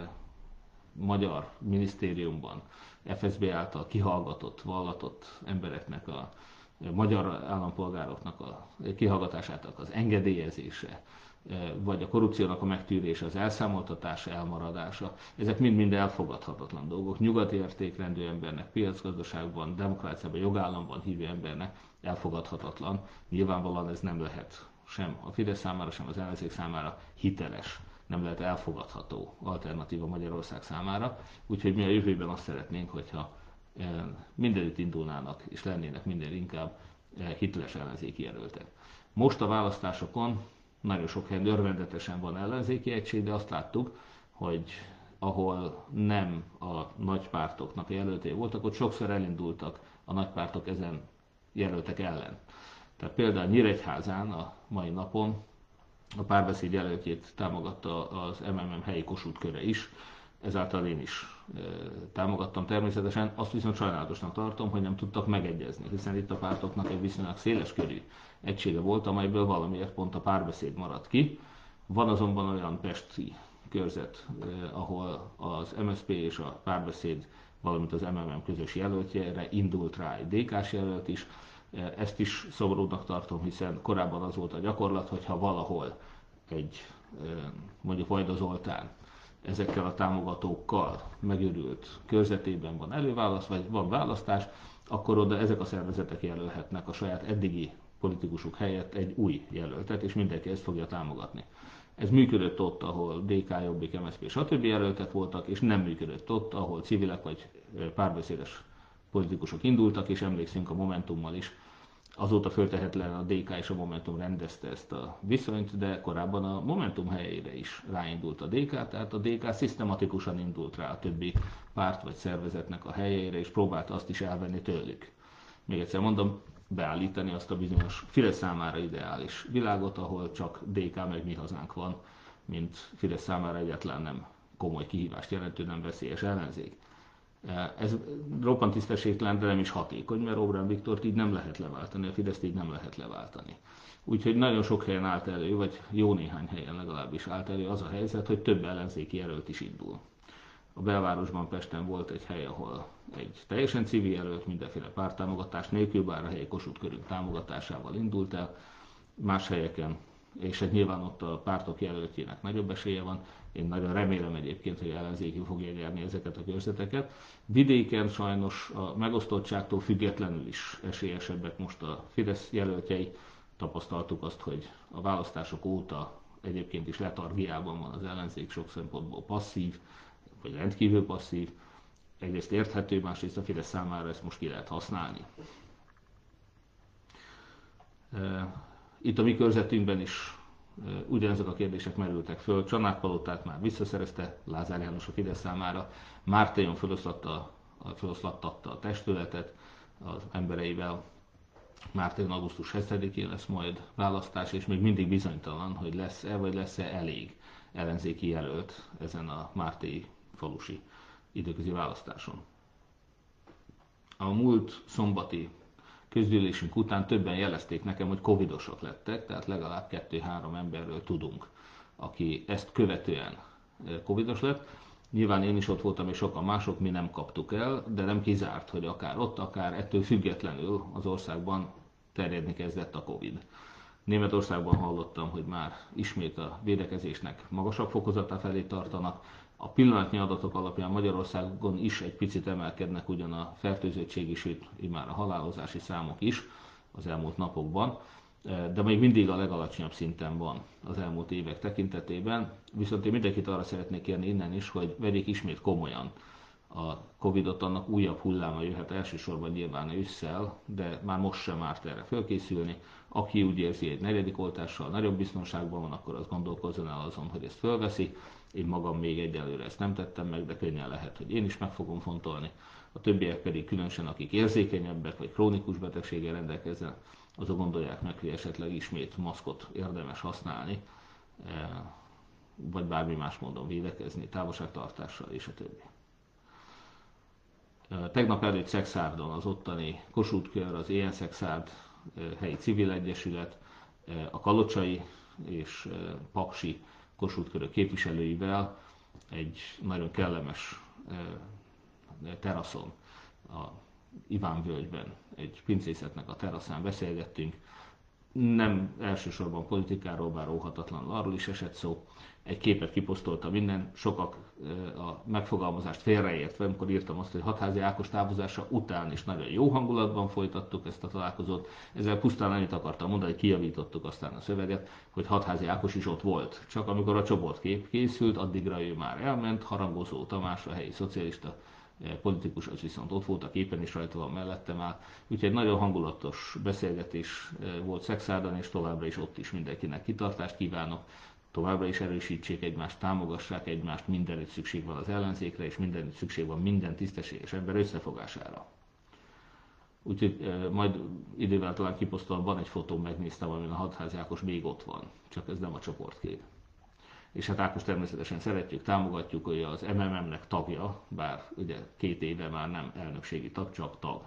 magyar minisztériumban FSB által kihallgatott, vallatott embereknek, a magyar állampolgároknak a kihallgatásának az engedélyezése, vagy a korrupciónak a megtűrése, az elszámoltatása, elmaradása, ezek mind-mind elfogadhatatlan dolgok. Nyugati értékrendű embernek, piacgazdaságban, demokráciában, jogállamban hívő embernek elfogadhatatlan. Nyilvánvalóan ez nem lehet sem a Fidesz számára, sem az ellenzék számára hiteles, nem lehet elfogadható alternatíva Magyarország számára. Úgyhogy mi a jövőben azt szeretnénk, hogyha mindenütt indulnának és lennének minden inkább hiteles ellenzéki jelöltek. Most a választásokon nagyon sok helyen örvendetesen van ellenzéki egység, de azt láttuk, hogy ahol nem a nagypártoknak a jelöltei voltak, ott sokszor elindultak a nagypártok ezen jelöltek ellen. Tehát például Nyíregyházán a mai napon a Párbeszéd jelöltjét támogatta az MMM helyi Kossuth köre is, ezáltal én is támogattam természetesen. Azt viszont sajnálatosnak tartom, hogy nem tudtak megegyezni, hiszen itt a pártoknak egy viszonylag széleskörű egysége volt, amelyből valamiért pont a Párbeszéd maradt ki. Van azonban olyan pesti körzet, ahol az MSZP és a Párbeszéd, valamint az MMM közös jelöltjére indult rá egy DK-s jelölt is. Ezt is szomorúnak tartom, hiszen korábban az volt a gyakorlat, hogyha valahol egy, mondjuk Vajda Zoltán ezekkel a támogatókkal megőrült körzetében van előválaszt, vagy van választás, akkor oda ezek a szervezetek jelölhetnek a saját eddigi politikusuk helyett egy új jelöltet, és mindenki ezt fogja támogatni. Ez működött ott, ahol DK, Jobbik, MSZP, stb. Jelöltek voltak, és nem működött ott, ahol civilek vagy párbeszédes politikusok indultak, és emlékszünk a Momentummal is. Azóta föltehetlen a DK és a Momentum rendezte ezt a viszonyt, de korábban a Momentum helyére is ráindult a DK, tehát a DK szisztematikusan indult rá a többi párt vagy szervezetnek a helyére, és próbálta azt is elvenni tőlük. Még egyszer mondom, beállítani azt a bizonyos Fidesz számára ideális világot, ahol csak DK meg Mi Hazánk van, mint Fidesz számára egyáltalán nem komoly kihívást jelentő, nem veszélyes ellenzék. Ez roppant tisztességtelen, de nem is hatékony, mert Orbán Viktort így nem lehet leváltani, a Fideszt így nem lehet leváltani. Úgyhogy nagyon sok helyen állt elő, vagy jó néhány helyen legalábbis állt elő az a helyzet, hogy több ellenzéki jelölt is indul. A belvárosban, Pesten volt egy hely, ahol egy teljesen civil jelölt, mindenféle párttámogatás nélkül, bár a helyi Kossuth körünk támogatásával indult el, más helyeken, és hát nyilván ott a pártok jelöltjének nagyobb esélye van. Én nagyon remélem egyébként, hogy ellenzéki fogja nyerni ezeket a körzeteket. Vidéken sajnos a megosztottságtól függetlenül is esélyesebbek most a Fidesz jelöltjei. Tapasztaltuk azt, hogy a választások óta egyébként is letargiában van az ellenzék, sok szempontból passzív, vagy rendkívül passzív. Egyrészt érthető, másrészt a Fidesz számára ezt most ki lehet használni. Itt a mi körzetünkben is ugyanezek a kérdések merültek föl. Csanádpalotát már visszaszerezte Lázár János a Fidesz számára, Márton feloszlattatta a testületet az embereivel. Márton augusztus 7-én lesz majd választás, és még mindig bizonytalan, hogy lesz-e vagy lesz-e elég ellenzéki jelölt ezen a mártéi falusi időközi választáson. A múlt szombati közgyűlésünk után többen jelezték nekem, hogy covidosak lettek, tehát legalább 2-3 emberről tudunk, aki ezt követően covidos lett. Nyilván én is ott voltam, és sokan mások, mi nem kaptuk el, de nem kizárt, hogy akár ott, akár ettől függetlenül az országban terjedni kezdett a Covid. Németországban hallottam, hogy már ismét a védekezésnek magasabb fokozata felé tartanak. A pillanatnyi adatok alapján Magyarországon is egy picit emelkednek ugyan a fertőzöttségi, sőt immár a halálozási számok is az elmúlt napokban, de még mindig a legalacsonyabb szinten van az elmúlt évek tekintetében. Viszont én mindenkit arra szeretnék kérni innen is, hogy vegyék ismét komolyan a Covidot, annak újabb hulláma jöhet elsősorban nyilván ősszel, de már most sem árt erre fölkészülni. Aki úgy érzi, egy negyedik oltással nagyobb biztonságban van, akkor azt gondolkozzon el azon, hogy ezt fölveszi. Én magam még egyelőre ezt nem tettem meg, de könnyen lehet, hogy én is meg fogom fontolni. A többiek pedig, különösen akik érzékenyebbek vagy krónikus betegséggel rendelkeznek, azok gondolják meg, hogy esetleg ismét maszkot érdemes használni, vagy bármi más módon védekezni, távolságtartással és a többi. Tegnap előtt Szexárdon az ottani Kossuth kör, az Ilyen Szexárd helyi civil egyesület, a kalocsai és paksi Kossuth körök képviselőivel egy nagyon kellemes teraszon, a Ivánvölgyben, egy pincészetnek a teraszán beszélgettünk. Nem elsősorban politikáról, bár óhatatlanul arról is esett szó. Egy képet kiposztolta minden, sokak a megfogalmazást félreértve, amikor írtam azt, hogy Hatházi Ákos távozása után is nagyon jó hangulatban folytattuk ezt a találkozót. Ezzel pusztán annyit akartam mondani, hogy kijavítottuk aztán a szöveget, hogy Hatházi Ákos is ott volt. Csak amikor a csoportkép készült, addigra ő már elment, Harangozó Tamás, a helyi szocialista politikus, az viszont ott volt a képen, és rajta van mellettem áll. Úgyhogy egy nagyon hangulatos beszélgetés volt Szexárdan, és továbbra is ott is mindenkinek kitartást kívánok. Továbbra is erősítsék egymást, támogassák egymást, mindenütt szükség van az ellenzékre, és mindenütt szükség van minden tisztességes ember összefogására. Úgyhogy majd idővel talán kiposztolom, van egy fotóm, megnéztem, amin a Hatházi Ákos még ott van, csak ez nem a csoportkép. és hát Ákos természetesen szeretjük, támogatjuk, hogy az MMM-nek tagja, bár ugye 2 éve már nem elnökségi tag, csak tag.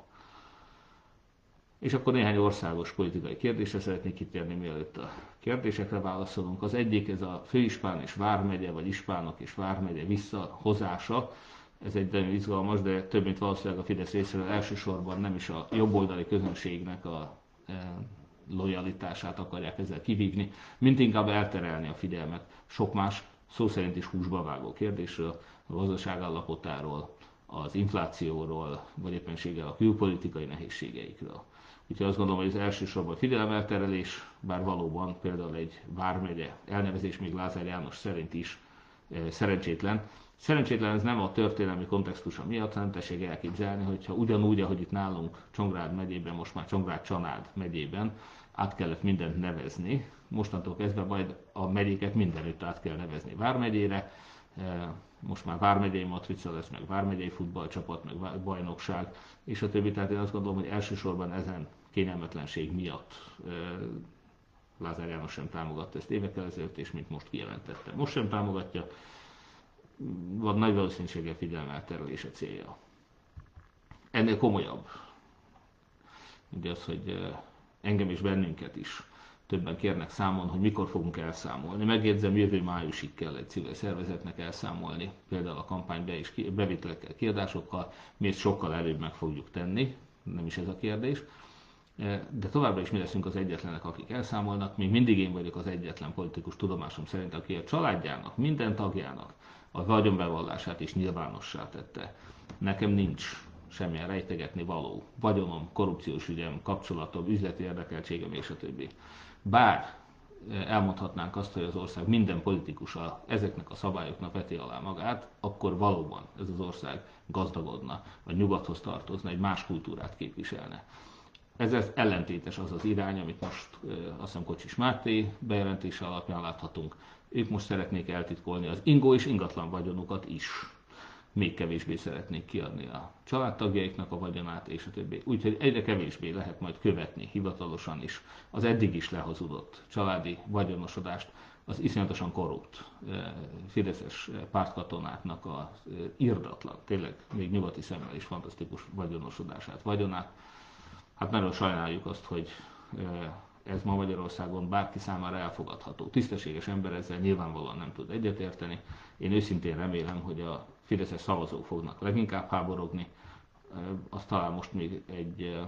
És akkor néhány országos politikai kérdésre szeretnék kitérni, mielőtt a kérdésekre válaszolunk. Az egyik, ez a főispán és vármegye, vagy ispánok és vármegye visszahozása. Ez egy nagyon izgalmas, de több mint valószínűleg a Fidesz részéről elsősorban nem is a jobboldali közönségnek a lojalitását akarják ezzel kivívni, mint inkább elterelni a figyelmet sok más, szó szerint is húsba vágó kérdésről, a gazdaság állapotáról, az inflációról, vagy éppenséggel a külpolitikai nehézségeikről. Úgyhogy azt gondolom, hogy az elsősorban figyelemelterelés, bár valóban például egy vármegye elnevezés még Lázár János szerint is szerencsétlen. Szerencsétlen ez nem a történelmi kontextusa miatt, hanem tessék elképzelni, hogyha ugyanúgy, ahogy itt nálunk Csongrád megyében, most már Csongrád-Csanád megyében át kellett mindent nevezni, mostantól kezdve majd a megyéket mindenütt át kell nevezni vármegyére, most már vármegyei matrica lesz, meg vármegyei futballcsapat, meg bajnokság, és a többi. Tehát én azt gondolom, hogy elsősorban ezen kényelmetlenség miatt Lázár János sem támogatta ezt évekkel ezelőtt, és mint most kijelentette. Most sem támogatja, van nagy valószínűséggel figyelmelterelés a célja. Ennél komolyabb. Ugye az, hogy engem és bennünket is többen kérnek számon, hogy mikor fogunk elszámolni. Megjegyzem, jövő májusig kell egy civil szervezetnek elszámolni, például a kampány bevételekkel, kiadásokkal, mi ezt sokkal előbb meg fogjuk tenni, nem is ez a kérdés. De továbbra is mi leszünk az egyetlenek, akik elszámolnak. Még mindig én vagyok az egyetlen politikus tudomásom szerint, aki a családjának, minden tagjának a vagyonbevallását is nyilvánossá tette. Nekem nincs semmilyen rejtegetni való vagyonom, korrupciós ügyem, kapcsolatom, üzleti érdekeltségem és a többi. Bár elmondhatnánk azt, hogy az ország minden politikusa ezeknek a szabályoknak veti alá magát, akkor valóban ez az ország gazdagodna, vagy nyugathoz tartozna, egy más kultúrát képviselne. Ez ellentétes az az irány, amit most azt hiszem Kocsis Máté bejelentése alapján láthatunk. Ők most szeretnék eltitkolni az ingó és ingatlan vagyonukat is. Még kevésbé szeretnék kiadni a családtagjaiknak a vagyonát és a többi. Úgyhogy egyre kevésbé lehet majd követni hivatalosan is az eddig is lehazudott családi vagyonosodást, az iszonyatosan korrupt fideszes pártkatonáknak az irdatlan, tényleg még nyugati szemmel is fantasztikus vagyonosodását, vagyonát. Hát nagyon sajnáljuk azt, hogy ez ma Magyarországon bárki számára elfogadható. Tisztességes ember ezzel nyilvánvalóan nem tud egyetérteni. Én őszintén remélem, hogy a fideszes szavazók fognak leginkább háborogni. Az talán most még egy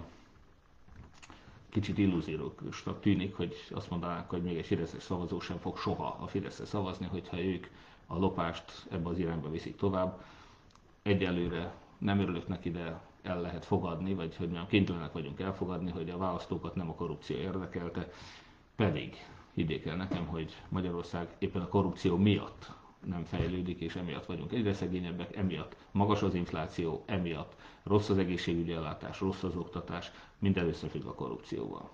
kicsit illúziósnak tűnik, hogy azt mondanák, hogy még egy fideszes szavazó sem fog soha a Fideszre szavazni, hogyha ők a lopást ebbe az irányba viszik tovább. Egyelőre nem örülök neki, de el lehet fogadni, vagy hogy nem kénytelenek vagyunk elfogadni, hogy a választókat nem a korrupció érdekelte, pedig higgyék el nekem, hogy Magyarország éppen a korrupció miatt nem fejlődik, és emiatt vagyunk egyre szegényebbek, emiatt magas az infláció, emiatt rossz az egészségügyi ellátás, rossz az oktatás, minden összefügg a korrupcióval.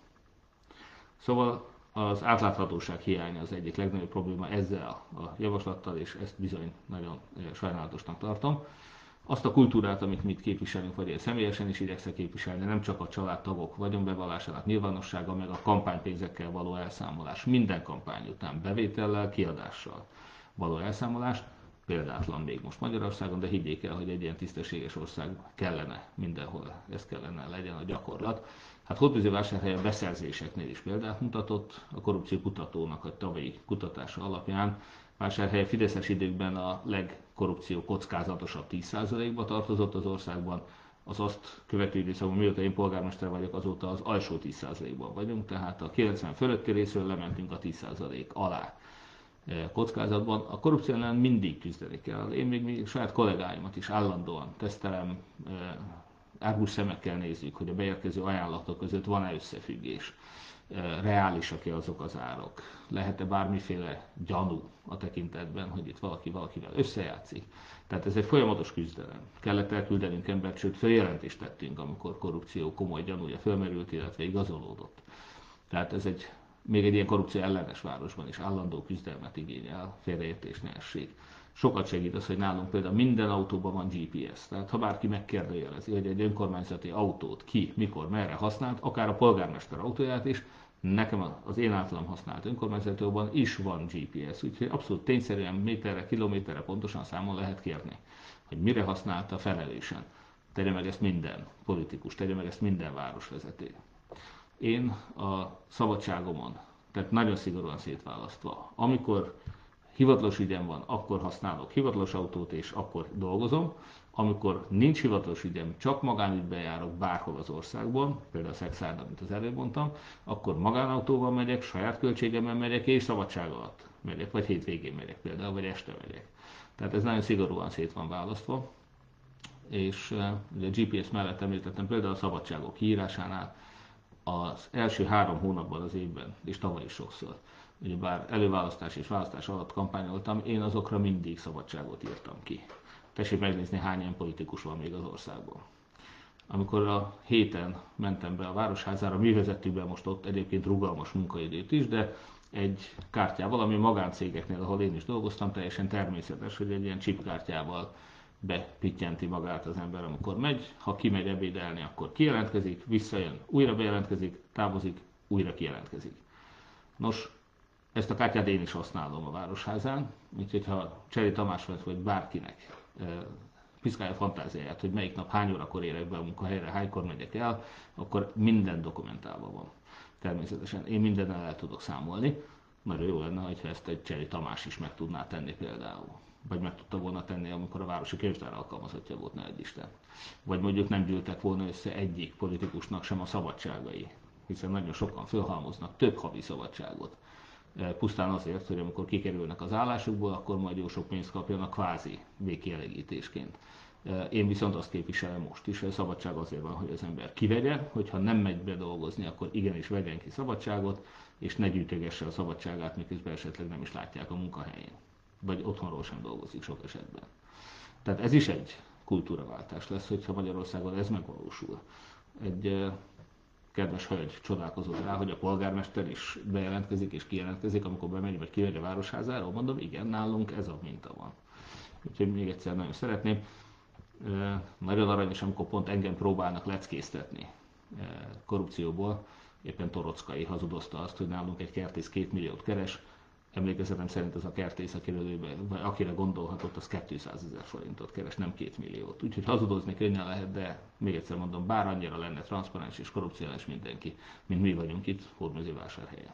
Szóval az átláthatóság hiánya az egyik legnagyobb probléma ezzel a javaslattal, és ezt bizony nagyon sajnálatosnak tartom. Azt a kultúrát, amit mit képviselünk, vagy én személyesen is igyekszek képviselni, nem csak a családtagok vagyonbevallásának nyilvánossága, meg a kampánypénzekkel való elszámolás, minden kampány után bevétellel, kiadással való elszámolás, példátlan még most Magyarországon, de higgyék el, hogy egy ilyen tisztességes ország kellene, mindenhol ez kellene legyen a gyakorlat. Hát Hódmezővásárhelyen beszerzéseknél is példát mutatott, a korrupció kutatónak a tavalyi kutatása alapján Vásárhely fideszes időkben a legkorrupció kockázatosabb 10%-ba tartozott az országban, az azt követő időszakban, mióta én polgármester vagyok, azóta az alsó 10%-ban vagyunk, tehát a 90 fölötti részről lementünk a 10% alá kockázatban. A korrupció ellen mindig küzdeni kell. Én még saját kollégáimat is állandóan tesztelem, árgus szemekkel nézzük, hogy a beérkező ajánlatok között van-e összefüggés, reálisak-e azok az árak, lehet-e bármiféle gyanú a tekintetben, hogy itt valaki valakivel összejátszik. Tehát ez egy folyamatos küzdelem. Kellett elküldenünk embert, sőt feljelentést tettünk, amikor korrupció komoly gyanúja fölmerült, illetve igazolódott. Tehát ez még egy ilyen korrupció ellenes városban is állandó küzdelmet igényel, félreértés ne essék. Sokat segít az, hogy nálunk például minden autóban van GPS. Tehát ha bárki megkérdőjelezi, hogy egy önkormányzati autót ki, mikor, merre használt, akár a polgármester autóját is, nekem az én általam használt önkormányzatokban is van GPS, úgyhogy abszolút tényszerűen méterre, kilométerre pontosan számon lehet kérni, hogy mire használta felelősen. Tegye meg ezt minden politikus, tegye meg ezt minden városvezető. Én a szabadságomon, tehát nagyon szigorúan szétválasztva, amikor hivatalos ügyem van, akkor használok hivatalos autót és akkor dolgozom. Amikor nincs hivatalos ügyem, csak magánügyben járok bárhol az országban, például Szexárdon, mint az előbb mondtam, akkor magánautóval megyek, saját költségemben megyek és szabadság alatt megyek, vagy hétvégén megyek például, vagy este megyek. Tehát ez nagyon szigorúan szét van választva. És ugye a GPS mellett említettem például a szabadságok kiírásánál az első 3 hónapban az évben, és tavaly is sokszor, ugyebár előválasztás és választás alatt kampányoltam, én azokra mindig szabadságot írtam ki. Tessék megnézni, hány ilyen politikus van még az országban. Amikor a héten mentem be a Városházára, mi vezettük be most ott egyébként rugalmas munkaidőt is, de egy kártyával, ami magáncégeknél, ahol én is dolgoztam, teljesen természetes, hogy egy ilyen chipkártyával bepittyenti magát az ember, amikor megy. Ha kimegy ebédelni, akkor kijelentkezik, visszajön, újra bejelentkezik, távozik, újra kijelentkezik. Nos, ezt a kártyát én is használom a Városházán, úgyhogy ha Cseri Tamás vagy bárkinek piszkálja a fantáziáját, hogy melyik nap hány órakor érek be a munkahelyre, hánykor megyek el, akkor minden dokumentálva van. Természetesen én mindennel el tudok számolni. Nagyon jó lenne, ha ezt egy Cseri Tamás is meg tudná tenni például. Vagy meg tudta volna tenni, amikor a városi könyvtár alkalmazottja volt, ne egy Isten. Vagy mondjuk nem gyűltek volna össze egyik politikusnak sem a szabadságai, hiszen nagyon sokan fölhalmoznak több havi szabadságot. Pusztán azért, hogy amikor kikerülnek az állásukból, akkor majd jó sok pénzt kapjanak kvázi végkielégítésként. Én viszont azt képviselem most is, hogy a szabadság azért van, hogy az ember kivegye, hogyha nem megy be dolgozni, akkor igenis vegyen ki szabadságot, és ne gyűjtögesse a szabadságát, miközben esetleg nem is látják a munkahelyén. Vagy otthonról sem dolgozik sok esetben. Tehát ez is egy kultúraváltás lesz, hogyha Magyarországon ez megvalósul. Egy kedves hölgy csodálkozott rá, hogy a polgármester is bejelentkezik és kijelentkezik, amikor bemegy vagy kimegy a Városházáról. Mondom, igen, nálunk ez a minta van. Úgyhogy még egyszer nagyon szeretném. Nagyon aranyos, amikor pont engem próbálnak leckésztetni korrupcióból. Éppen Torockai hazudozta azt, hogy nálunk egy kertész 2 milliót keres. Emlékezetem szerint az a kertész, akire gondolhatott, az 200 000 forintot keres, nem 2 milliót. Úgyhogy hazudozni könnyen lehet, de még egyszer mondom, bár annyira lenne transzparens és korrupciós mindenki, mint mi vagyunk itt Hódmezővásárhelyen.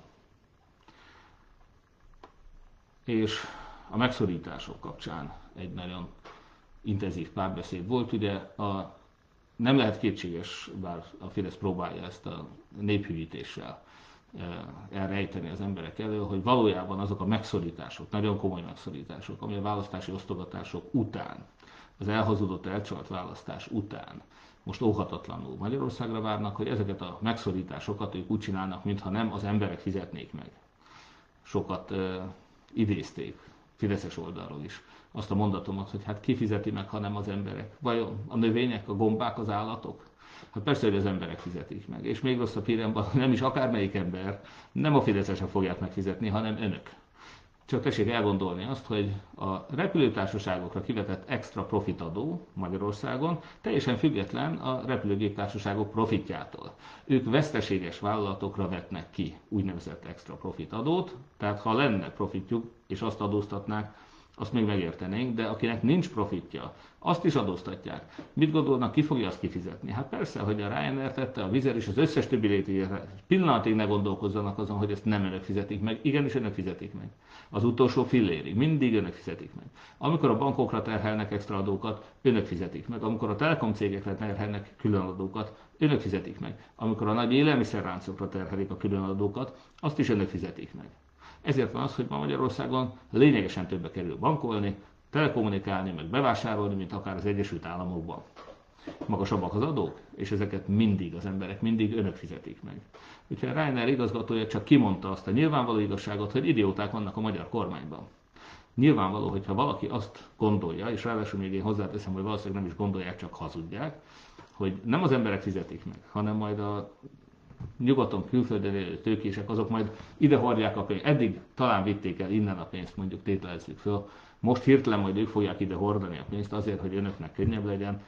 És a megszorítások kapcsán egy nagyon intenzív párbeszéd volt. Ugye nem lehet kétséges, bár a Fidesz próbálja ezt a néphűítéssel elrejteni az emberek elől, hogy valójában azok a megszorítások, nagyon komoly megszorítások, ami a választási osztogatások után, az elhazudott, elcsalt választás után most óhatatlanul Magyarországra várnak, hogy ezeket a megszorításokat ők úgy csinálnak, mintha nem az emberek fizetnék meg. Sokat idézték, fideszes oldalról is, azt a mondatomat, hogy hát ki fizeti meg, ha nem az emberek. Vajon a növények, a gombák, az állatok? Hát persze, hogy az emberek fizetik meg. És még rosszabb hírem van, nem is akármelyik ember, nem a fideszesek fogják megfizetni, hanem önök. Csak tessék elgondolni azt, hogy a repülőtársaságokra kivetett extra profitadó Magyarországon teljesen független a repülőgéptársaságok profitjától. Ők veszteséges vállalatokra vetnek ki úgynevezett extra profitadót, tehát ha lenne profitjuk és azt adóztatnák, azt még megértenénk, de akinek nincs profitja, azt is adóztatják. Mit gondolnak, ki fogja azt kifizetni? Hát persze, hogy a Ryanair tette, a Wizz és az összes többi létére pillanatig ne gondolkozzanak azon, hogy ezt nem önök fizetik meg. Igenis önök fizetik meg. Az utolsó fillérig. Mindig önök fizetik meg. Amikor a bankokra terhelnek extra adókat, önök fizetik meg. Amikor a telekom cégekre terhelnek külön adókat, önök fizetik meg. Amikor a nagy élelmiszerráncokra terhelik a külön adókat, azt is önök fizetik meg. Ezért van az, hogy ma Magyarországon lényegesen többe kerül bankolni, telekommunikálni, meg bevásárolni, mint akár az Egyesült Államokban. Magasabbak az adók, és ezeket mindig az emberek, mindig önök fizetik meg. Úgyhogy a Ryanair igazgatója csak kimondta azt a nyilvánvaló igazságot, hogy idióták vannak a magyar kormányban. Nyilvánvaló, hogyha valaki azt gondolja, és ráadásul még én hozzáteszem, hogy valószínűleg nem is gondolják, csak hazudják, hogy nem az emberek fizetik meg, hanem majd a nyugaton, külföldön élő tőkések, azok majd ide hordják a pénzt. Eddig talán vitték el innen a pénzt, mondjuk tételezzük föl. Most hirtelen majd ők fogják ide hordani a pénzt azért, hogy önöknek könnyebb legyen.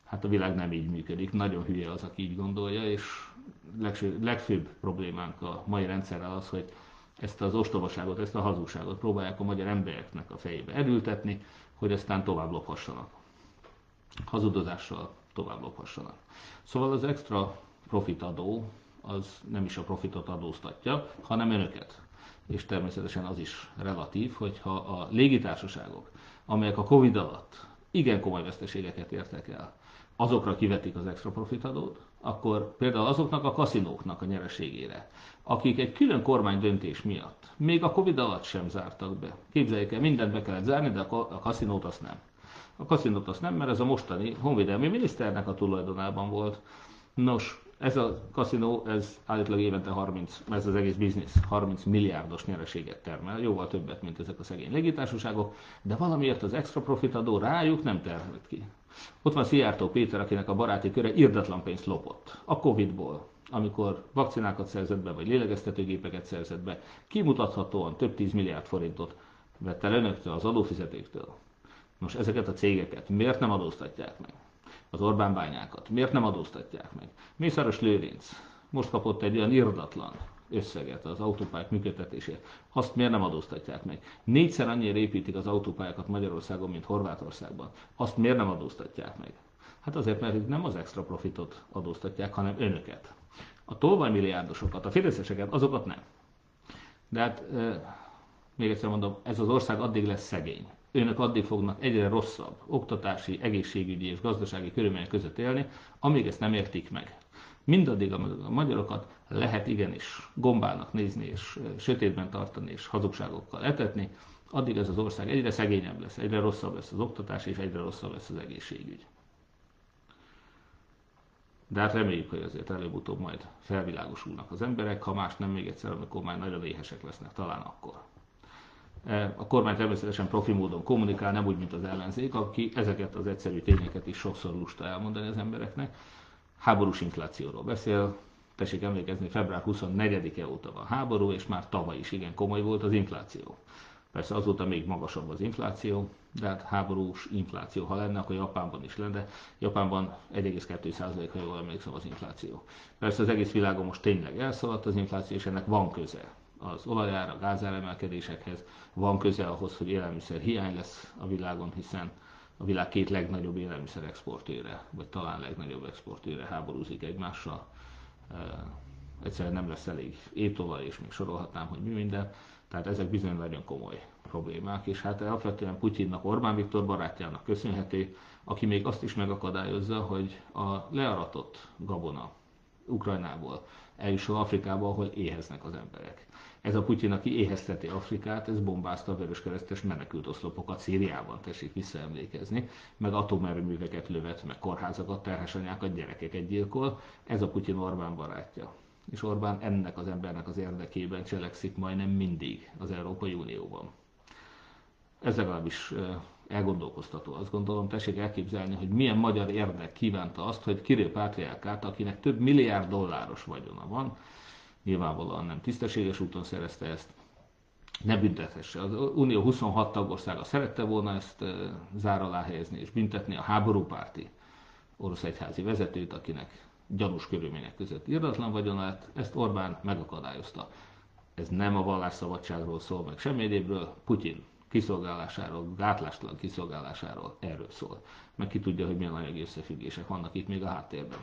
Hát a világ nem így működik, nagyon hülye az, aki így gondolja, és legfőbb problémánk a mai rendszerrel az, hogy ezt az ostobaságot, ezt a hazugságot próbálják a magyar embereknek a fejébe elültetni, hogy aztán tovább lophassanak. Hazudozással tovább lophassanak. Szóval az extra profit adó az nem is a profitot adóztatja, hanem önöket. És természetesen az is relatív, hogyha a légitársaságok, amelyek a Covid alatt igen komoly veszteségeket értek el, azokra kivetik az extra profit adót, akkor például azoknak a kaszinóknak a nyereségére, akik egy külön kormány döntés miatt még a Covid alatt sem zártak be. Képzeljék el, mindent be kellett zárni, de a kaszinót azt nem. A kaszinót azt nem, mert ez a mostani honvédelmi miniszternek a tulajdonában volt. Nos, ez a kaszinó, ez állítólag évente 30, ez az egész biznisz 30 milliárdos nyereséget termel, jóval többet, mint ezek a szegény légitársaságok, de valamiért az extra profit adó rájuk nem termelt ki. Ott van Szijjártó Péter, akinek a baráti köre irdatlan pénzt lopott a Covid-ból, amikor vakcinákat szerzett be, vagy lélegeztetőgépeket szerzett be, kimutathatóan több 10 milliárd forintot vett el önöktől, az adófizetőktől. Nos, ezeket a cégeket miért nem adóztatják meg? Az Orbán bányákat miért nem adóztatják meg? Mészáros Lőrinc most kapott egy olyan irdatlan összeget az autópályák működtetésért. Azt miért nem adóztatják meg? 4-szer annyira építik az autópályákat Magyarországon, mint Horvátországban. Azt miért nem adóztatják meg? Hát azért, mert ők nem az extra profitot adóztatják, hanem önöket. A tolvajmilliárdosokat, a fideszeseket, azokat nem. De hát, még egyszer mondom, ez az ország addig lesz szegény. Önök addig fognak egyre rosszabb oktatási, egészségügyi és gazdasági körülmények között élni, amíg ezt nem értik meg. Mindaddig a magyarokat lehet igenis gombának nézni, és sötétben tartani, és hazugságokkal etetni, addig ez az ország egyre szegényebb lesz, egyre rosszabb lesz az oktatás, és egyre rosszabb lesz az egészségügy. De hát reméljük, hogy azért előbb-utóbb majd felvilágosulnak az emberek, ha más nem még egyszer, amikor már nagyon éhesek lesznek, talán akkor. A kormány természetesen profi módon kommunikál, nem úgy, mint az ellenzék, aki ezeket az egyszerű tényeket is sokszor lusta elmondani az embereknek. Háborús inflációról beszél, tessék emlékezni, február 24-e óta van háború, és már tavaly is igen komoly volt az infláció. Persze azóta még magasabb az infláció, de hát háborús infláció, ha lenne, akkor Japánban is lenne. Japánban 1,2%, ha jól emlékszem, az infláció. Persze az egész világon most tényleg elszaladt az infláció, és ennek van köze az olajár, a gázár emelkedésekhez, van köze ahhoz, hogy élelmiszer hiány lesz a világon, hiszen a világ két legnagyobb élelmiszer exportőre, vagy talán legnagyobb exportőre háborúzik egymással. Egyszerűen nem lesz elég étolaj, és még sorolhatnám, hogy mi minden. Tehát ezek bizony nagyon komoly problémák, és hát alapvetően Putyinnak, Orbán Viktor barátjának köszönhető, aki még azt is megakadályozza, hogy a learatott gabona Ukrajnából eljusson Afrikába, ahol éheznek az emberek. Ez a Putyin, aki éhezteti Afrikát, ez bombázta a vöröskeresztes menekült oszlopokat Szíriában, tessék visszaemlékezni, meg atomerőműveket lövet, meg kórházakat, terhes anyákat, gyerekeket gyilkol. Ez a Putyin Orbán barátja. És Orbán ennek az embernek az érdekében cselekszik majdnem mindig az Európai Unióban. Ez legalábbis elgondolkoztató, azt gondolom, tessék elképzelni, hogy milyen magyar érdek kívánta azt, hogy Kirill Pátriárkát, akinek több milliárd dolláros vagyona van, nyilvánvalóan nem tisztességes úton szerezte ezt, ne büntethesse. Az Unió 26 tagországa szerette volna ezt zár alá helyezni és büntetni a háborúpárti orosz egyházi vezetőt, akinek gyanús körülmények között irdatlan vagyona lett, ezt Orbán megakadályozta. Ez nem a vallásszabadságról szól, meg semmi egyébről, Putyin kiszolgálásáról, gátlástalan kiszolgálásáról erről szól. Meg ki tudja, hogy milyen anyagi összefüggések vannak itt még a háttérben.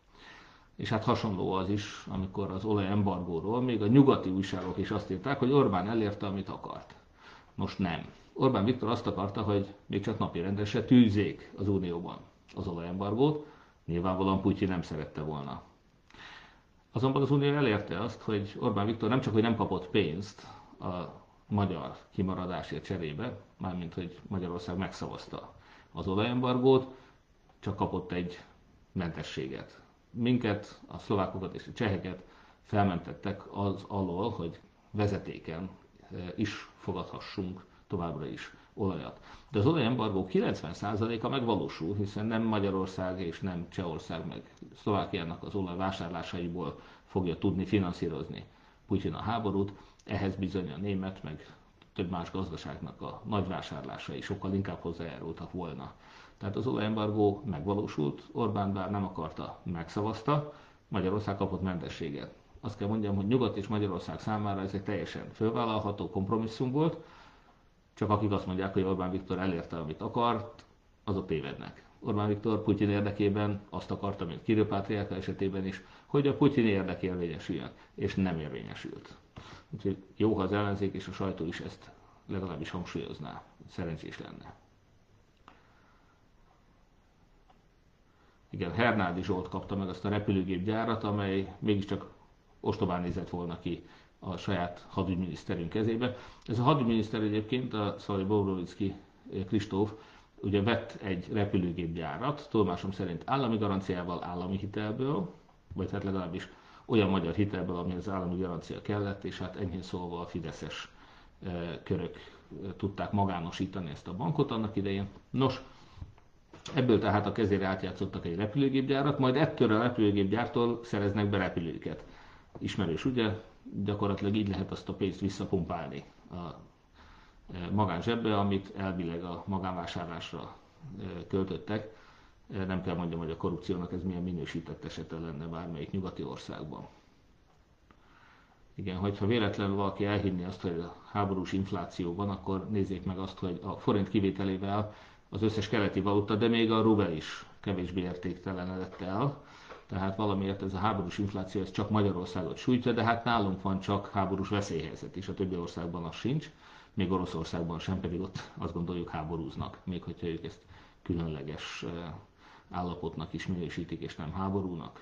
És hát hasonló az is, amikor az olajembargóról még a nyugati újságok is azt írták, hogy Orbán elérte, amit akart. Most nem. Orbán Viktor azt akarta, hogy még csak napirendre se tűzzék az Unióban az olajembargót, nyilvánvalóan Putyin nem szerette volna. Azonban az Unió elérte azt, hogy Orbán Viktor nem csak, hogy nem kapott pénzt a magyar kimaradásért cserébe, mármint, hogy Magyarország megszavazta az olajembargót, csak kapott egy mentességet. Minket, a szlovákokat és a cseheket felmentettek az alól, hogy vezetéken is fogadhassunk továbbra is olajat. De az olajembargó 90%-a megvalósul, hiszen nem Magyarország és nem Csehország meg Szlovákiának az olaj vásárlásaiból fogja tudni finanszírozni Putyin a háborút, ehhez bizony a német meg több más gazdaságnak a nagy vásárlásai sokkal inkább hozzájárultak volna. Tehát az olajembargó megvalósult, Orbán bár nem akarta, megszavazta, Magyarország kapott mentességet. Azt kell mondjam, hogy Nyugat és Magyarország számára ez egy teljesen fölvállalható kompromisszum volt, csak akik azt mondják, hogy Orbán Viktor elérte, amit akart, azok tévednek. Orbán Viktor Putyin érdekében azt akarta, mint Kirill pátriárka esetében is, hogy a putyini érdek érvényesüljön, és nem érvényesült. Úgyhogy jó, ha az ellenzék és a sajtó is ezt legalábbis hangsúlyozná. Szerencsés lenne. Igen, Hernádi Zsolt kapta meg azt a repülőgépgyárat, amely mégiscsak ostobán nézett volna ki a saját hadügyminiszterünk kezébe. Ez a hadügyminiszter egyébként, a Szalai Bobrovicki Kristóf, ugye vett egy repülőgépgyárat, tudomásom szerint állami garanciával, állami hitelből, vagy hát legalábbis olyan magyar hitelből, amihez állami garancia kellett, és hát enyhén szólva a fideszes körök tudták magánosítani ezt a bankot annak idején. Nos, ebből tehát a kezére átjátszottak egy repülőgépgyárat, majd ettől a repülőgépgyártól szereznek be repülőket. Ismerős, ugye? Gyakorlatilag így lehet azt a pénzt visszapumpálni a magánzsebbe, amit elvileg a magánvásárlásra költöttek. Nem kell mondjam, hogy a korrupciónak ez milyen minősített esete lenne bármelyik nyugati országban. Igen, hogyha véletlenül valaki elhinni azt, hogy a háborús infláció van, akkor nézzék meg azt, hogy a forint kivételével az összes keleti valuta, de még a rubel is kevésbé értéktelenedett el. Tehát valamiért ez a háborús infláció ez csak Magyarországot sújtja, de hát nálunk van csak háborús veszélyhelyzet, és a többi országban az sincs, még Oroszországban sem, pedig ott azt gondoljuk háborúznak, még hogyha ők ezt különleges állapotnak is minősítik, és nem háborúnak.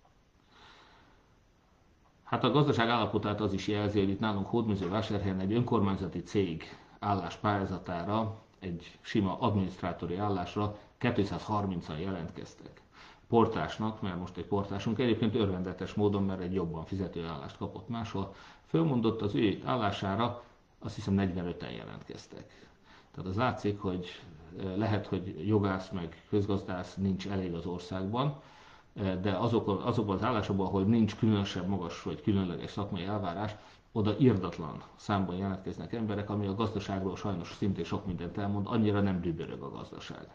Hát a gazdaság állapotát az is jelzi, hogy itt nálunk Hódmezővásárhelyen egy önkormányzati cég álláspályázatára, egy sima adminisztrátori állásra 230-an jelentkeztek. Portásnak, mert most egy portásunk egyébként örvendetes módon, mert egy jobban fizető állást kapott máshol, fölmondott az ő állására, azt hiszem 45-en jelentkeztek. Tehát az látszik, hogy lehet, hogy jogász meg közgazdász nincs elég az országban, de azokban az állásokban, ahol nincs különösebb magas vagy különleges szakmai elvárás, oda irdatlan számban jelentkeznek emberek, ami a gazdaságról sajnos szintén sok mindent elmond, annyira nem dübörög a gazdaság.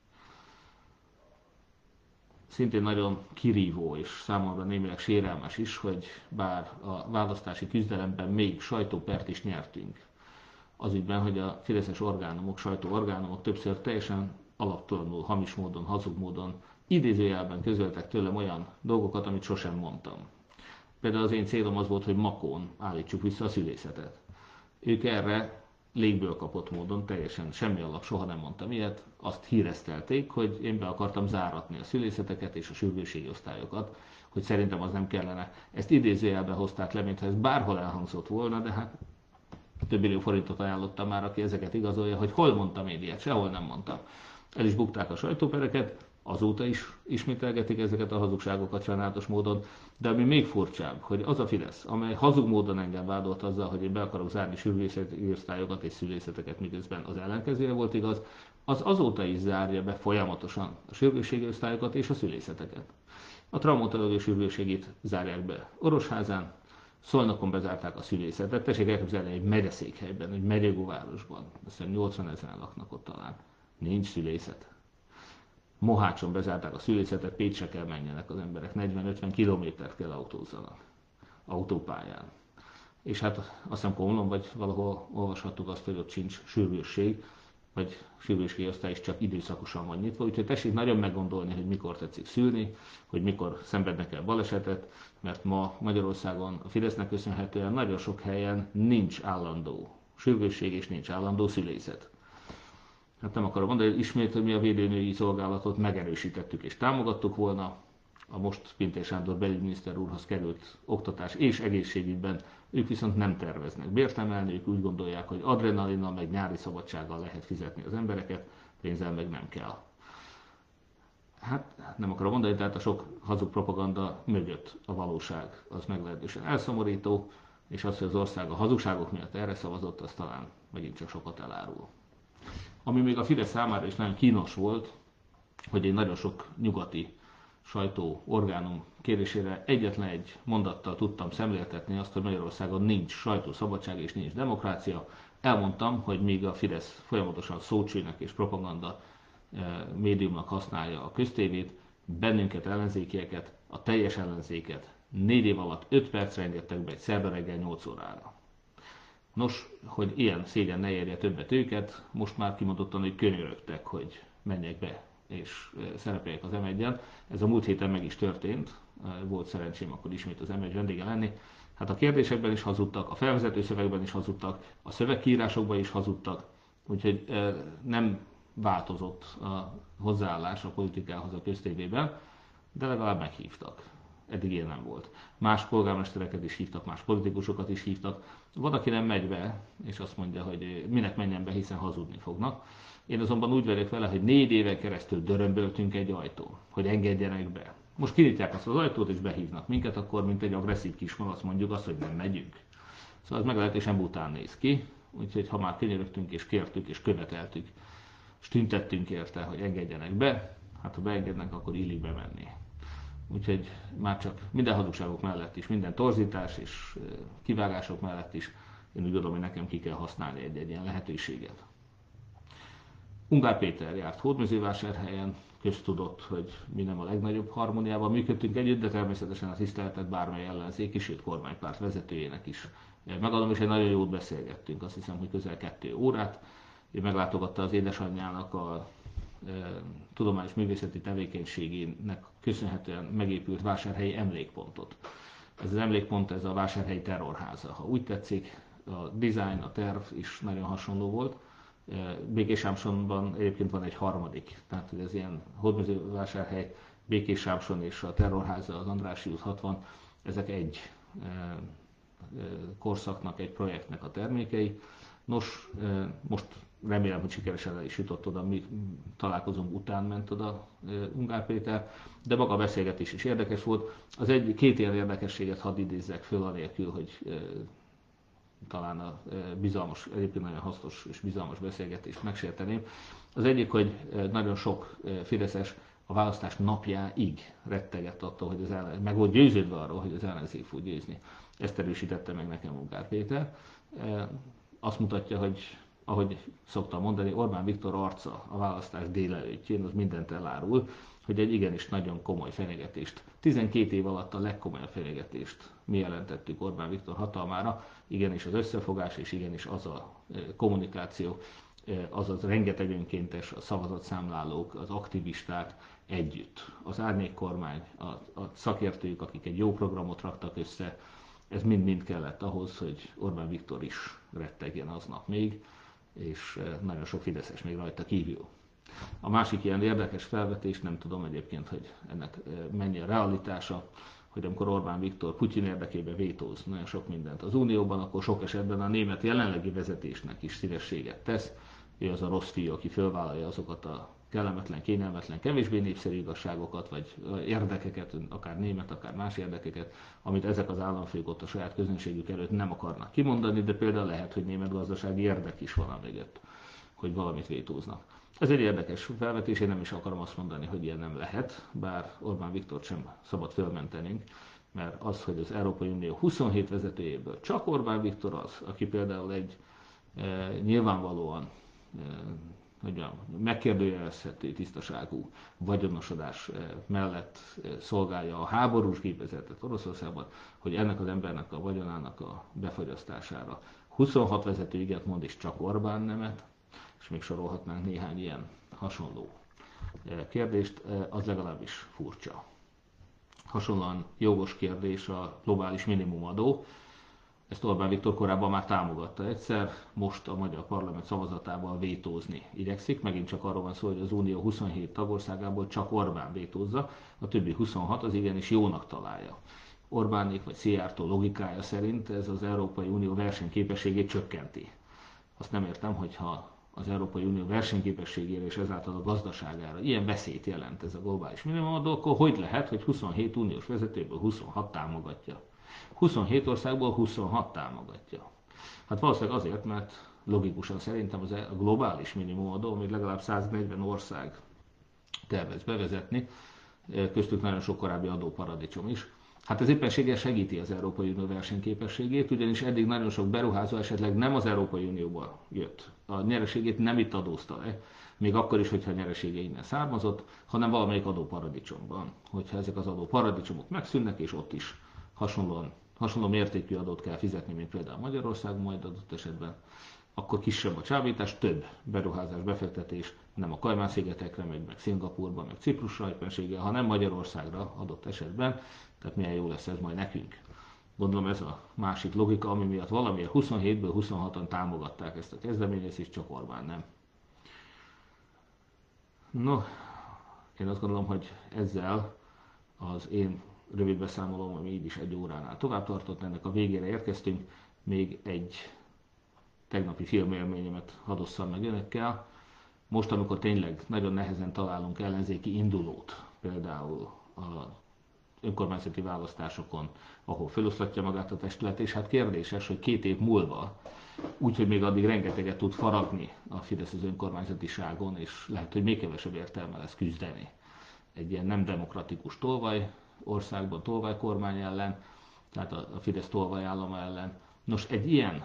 Szintén nagyon kirívó és számomra némileg sérelmes is, hogy bár a választási küzdelemben még sajtópert is nyertünk, az ügyben, hogy a fideszes orgánumok, sajtóorgánumok többször teljesen alaptalanul, hamis módon, hazug módon, idézőjelben közöltek tőlem olyan dolgokat, amit sosem mondtam. Például az én célom az volt, hogy Makón állítsuk vissza a szülészetet. Ők erre légből kapott módon, teljesen semmi alap, soha nem mondtam ilyet, azt híresztelték, hogy én be akartam záratni a szülészeteket és a sürgősségi osztályokat, hogy szerintem az nem kellene. Ezt idézőjelben hozták le, mintha ez bárhol elhangzott volna, de hát több millió forintot ajánlottam már, aki ezeket igazolja, hogy hol mondtam én ilyet, sehol nem mondtam. El is bukták a sajtópereket, azóta is ismételgetik ezeket a hazugságokat sajnálatos módon, de ami még furcsább, hogy az a Fidesz, amely hazug módon engem vádolt azzal, hogy én be akarok zárni sürgősségi osztályokat és szülészeteket, miközben az ellenkezője volt igaz, az azóta is zárja be folyamatosan a sürgősségi osztályokat és a szülészeteket. A traumatológiai sürgősségit zárják be Orosházán, Szolnokon bezárták a szülészetet, tessék elképzelni egy megyeszékhelyben, egy megyegóvárosban, azt hiszem 80 000 laknak ott talán, nincs szülészet. Mohácson bezárták a szülészetet, Pécsre kell menjenek az emberek, 40-50 kilométert kell autózzanak, autópályán. És hát azt hiszem Komlón, vagy valahol olvashattuk azt, hogy ott sincs sürgősség, vagy sürgősségi osztály is csak időszakosan van nyitva, úgyhogy tessék nagyon meggondolni, hogy mikor tetszik szülni, hogy mikor szenvednek el balesetet, mert ma Magyarországon a Fidesznek köszönhetően nagyon sok helyen nincs állandó sürgősség és nincs állandó szülészet. Hát nem akarom mondani, hogy ismét, hogy mi a védőnői szolgálatot megerősítettük és támogattuk volna. A most Pintér Sándor belügyminiszter úrhoz került oktatás és egészségügyben ők viszont nem terveznek bért emelni, ők úgy gondolják, hogy adrenalinnal meg nyári szabadsággal lehet fizetni az embereket, pénzzel meg nem kell. Hát nem akarom mondani, tehát a sok hazug propaganda mögött a valóság az meglehetősen elszomorító, és az, hogy az ország a hazugságok miatt erre szavazott, az talán megint csak sokat elárul. Ami még a Fidesz számára is nagyon kínos volt, hogy egy nagyon sok nyugati sajtó orgánum kérésére egyetlen egy mondattal tudtam szemléltetni azt, hogy Magyarországon nincs sajtószabadság és nincs demokrácia. Elmondtam, hogy míg a Fidesz folyamatosan szócsőnek és propaganda médiumnak használja a köztévét, bennünket, ellenzékieket, a teljes ellenzéket 4 év alatt 5 percre engedtek be egy szerda reggel 8 órára. Nos, hogy ilyen szégyen ne érje többet őket, most már kimondottan, hogy könyörögtek, hogy menjek be és szerepeljek az M1-en. Ez a múlt héten meg is történt, volt szerencsém akkor ismét az M1 vendége lenni. Hát a kérdésekben is hazudtak, a felvezető szövegben is hazudtak, a szövegkiírásokban is hazudtak, úgyhogy nem változott a hozzáállás a politikához a köztévében, de legalább meghívtak. Eddig ilyen nem volt. Más polgármestereket is hívtak, más politikusokat is hívtak. Van, aki nem megy be, és azt mondja, hogy minek menjen be, hiszen hazudni fognak. Én azonban úgy vagyok vele, hogy 4 éven keresztül dörömböltünk egy ajtón, hogy engedjenek be. Most kinyitják azt az ajtót, és behívnak minket, akkor mint egy agresszív kismalac mondjuk azt, hogy nem megyünk. Szóval ez meglehetősen bután néz ki, úgyhogy ha már könyörögtünk, és kértük, és követeltük, és tüntettünk érte, hogy engedjenek be, hát ha beengednek, akkor illik bemenni. Úgyhogy már csak minden hazugságok mellett is, minden torzítás és kivágások mellett is, én úgy gondolom, hogy nekem ki kell használni egy ilyen lehetőséget. Ungár Péter járt Hódmezővásárhelyen, köztudott, hogy mi nem a legnagyobb harmóniában működtünk együtt, de természetesen a tiszteletet bármely ellenzéki, sőt kormánypárt vezetőjének is megadom, és egy nagyon jót beszélgettünk, azt hiszem, hogy közel 2 órát. Ő meglátogatta az édesanyjának a tudományos művészeti tevékenységének köszönhetően megépült vásárhelyi emlékpontot. Ez az emlékpont, ez a vásárhelyi terrorháza. Ha úgy tetszik, a design, a terv is nagyon hasonló volt. Békés-Sámsonban egyébként van egy harmadik, tehát hogy ez ilyen Hódmezővásárhely, Békés-Sámson és a terrorháza, az Andrássy út 60, ezek egy korszaknak, egy projektnek a termékei. Nos, most remélem, hogy sikeresen el is jutott oda, mi találkozunk után ment oda Ungár Péter, de maga a beszélgetés is érdekes volt. Az két ilyen érdekességet hadd idézzek föl, anélkül, hogy talán a bizalmas, egyébként nagyon hasznos és bizalmas beszélgetést megsérteném. Az egyik, hogy nagyon sok fideszes a választás napjáig rettegett attól, hogy meg volt győződve arról, hogy az ellenzék fog győzni. Ezt erősítette meg nekem Ungár Péter. Azt mutatja, hogy ahogy szoktam mondani, Orbán Viktor arca a választás délelőttjén, az mindent elárul, hogy egy igenis nagyon komoly fenyegetést, 12 év alatt a legkomolyabb fenyegetést mi jelentettük Orbán Viktor hatalmára, igenis az összefogás és igenis az a kommunikáció, azaz rengeteg önkéntes, a szavazatszámlálók, az aktivisták együtt, az árnyékkormány, a szakértők, akik egy jó programot raktak össze, ez mind-mind kellett ahhoz, hogy Orbán Viktor is rettegjen aznap még, és nagyon sok fideszes még rajta kívül. A másik ilyen érdekes felvetés, nem tudom egyébként, hogy ennek mennyi a realitása, hogy amikor Orbán Viktor Putyin érdekében vétóz nagyon sok mindent az Unióban, akkor sok esetben a német jelenlegi vezetésnek is szívességet tesz. Ő az a rossz fiú, aki fölvállalja azokat a kellemetlen, kényelmetlen, kevésbé népszerű igazságokat, vagy érdekeket, akár német, akár más érdekeket, amit ezek az államfők ott a saját közönségük előtt nem akarnak kimondani, de például lehet, hogy német gazdasági érdek is van a mögött, hogy valamit vétóznak. Ez egy érdekes felvetés, én nem is akarom azt mondani, hogy ilyen nem lehet, bár Orbán Viktort sem szabad fölmentenünk, mert az, hogy az Európai Unió 27 vezetőjéből csak Orbán Viktor az, aki például egy nyilvánvalóan megkérdőjelezhető tisztaságú vagyonosodás mellett szolgálja a háborús gépezetet Oroszországban, hogy ennek az embernek a vagyonának a befagyasztására 26 vezető igent mond, és csak Orbán nemet, és még sorolhatnánk néhány ilyen hasonló kérdést, az legalábbis furcsa. Hasonlóan jogos kérdés a globális minimumadó. Ezt Orbán Viktor korábban már támogatta egyszer, most a magyar parlament szavazatával vétózni igyekszik. Megint csak arról van szó, hogy az Unió 27 tagországából csak Orbán vétózza, a többi 26 az igenis jónak találja. Orbánék vagy Szijjártó logikája szerint ez az Európai Unió versenyképességét csökkenti. Azt nem értem, hogyha az Európai Unió versenyképességére és ezáltal a gazdaságára ilyen veszélyt jelent ez a globális minimumadó, akkor hogy lehet, hogy 27 uniós vezetőből 26 támogatja? 27 országból 26 támogatja. Hát valószínűleg azért, mert logikusan szerintem az a globális minimumadó, amit legalább 140 ország tervez bevezetni, köztük nagyon sok korábbi adóparadicsom is. Hát ez éppenséggel segíti az Európai Unió versenyképességét, ugyanis eddig nagyon sok beruházó esetleg nem az Európai Unióból jött. A nyereségét nem itt adózta le, még akkor is, hogyha a nyeresége innen származott, hanem valamelyik adóparadicsomban. Hogyha ezek az adóparadicsomok megszűnnek, és ott is hasonló mértékű adót kell fizetni, mint például Magyarország majd adott esetben, akkor kisebb a csábítás, több beruházás, befektetés, nem a Kajmán-szigetekre megy, meg Szingapurba, meg Ciprusra éppenséggel, hanem Magyarországra adott esetben, tehát milyen jó lesz ez majd nekünk. Gondolom ez a másik logika, ami miatt valamiért 27-ből 26-an támogatták ezt a kezdeményezést, csak Orbán nem. No, én azt gondolom, hogy ezzel az én rövid beszámolom, ami így is 1 óránál tovább tartott, ennek a végére érkeztünk. Még egy tegnapi filmélményemet hadd osszam meg önökkel. Most, amikor tényleg nagyon nehezen találunk ellenzéki indulót, például a önkormányzati választásokon, ahol feloszlatja magát a testület, és hát kérdéses, hogy 2 év múlva, úgyhogy még addig rengeteget tud faragni a Fidesz az önkormányzatiságon, és lehet, hogy még kevesebb értelme lesz küzdeni egy ilyen nem demokratikus tolvaj országban, tolvajkormány ellen, tehát a Fidesz tolvajállama ellen. Nos, egy ilyen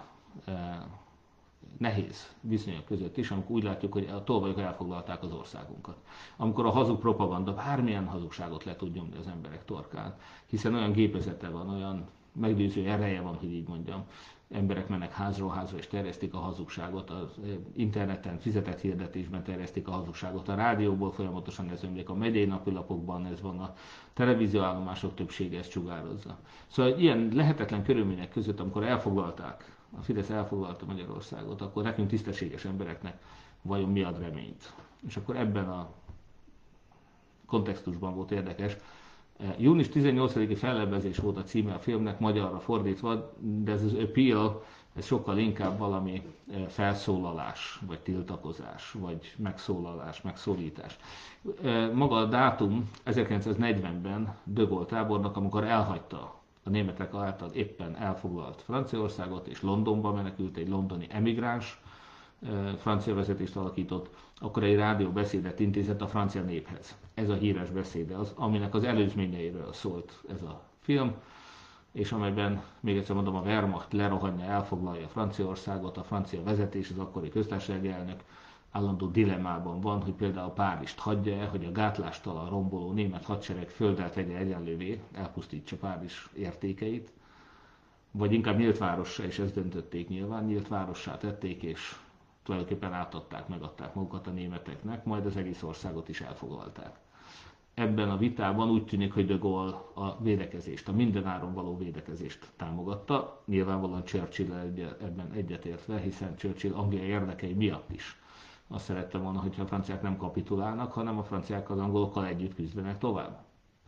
nehéz viszonyok között is, amikor úgy látjuk, hogy a tolvajok elfoglalták az országunkat. Amikor a hazug propaganda bármilyen hazugságot le tud nyomni az emberek torkán, hiszen olyan gépezete van, olyan meggyőző ereje van, hogy így mondjam, emberek mennek házról házra és terjesztik a hazugságot, az interneten, fizetett hirdetésben terjesztik a hazugságot, a rádióból folyamatosan ez ömlik, a megyei napilapokban ez van, a televízióállomások többsége ezt sugározza. Szóval ilyen lehetetlen körülmények között, amikor a Fidesz elfoglalta Magyarországot, akkor nekünk tisztességes embereknek vajon mi ad reményt. És akkor ebben a kontextusban volt érdekes. Június 18-i fellebbezés volt a címe a filmnek, magyarra fordítva, de ez az appeal, ez sokkal inkább valami felszólalás, vagy tiltakozás, vagy megszólalás, megszólítás. Maga a dátum 1940-ben de Gaulle tábornok, amikor elhagyta a németek által éppen elfoglalt Franciaországot, és Londonba menekült, egy londoni emigráns francia vezetést alakított, akkor egy rádióbeszédet intézett a francia néphez. Ez a híres beszéde az, aminek az előzményeiről szólt ez a film, és amelyben, még egyszer mondom, a Wehrmacht lerohanja, elfoglalja Franciaországot, a francia vezetés, az akkori köztársasági elnök állandó dilemmában van, hogy például Párizst hagyja-e, hogy a gátlástalan romboló német hadsereg földdel tegye egyenlővé, elpusztítsa Párizs értékeit, vagy inkább nyílt várossá, és ezt döntötték nyilván, nyílt várossá tették, és tulajdonképpen megadták magukat a németeknek, majd az egész országot is elfoglalták. Ebben a vitában úgy tűnik, hogy de Gaulle a védekezést, a mindenáron való védekezést támogatta, nyilvánvalóan Churchill ebben egyetértve, hiszen Churchill Anglia érdekei miatt is azt szerette volna, hogyha a franciák nem kapitulálnak, hanem a franciák az angolokkal együtt küzdenek tovább.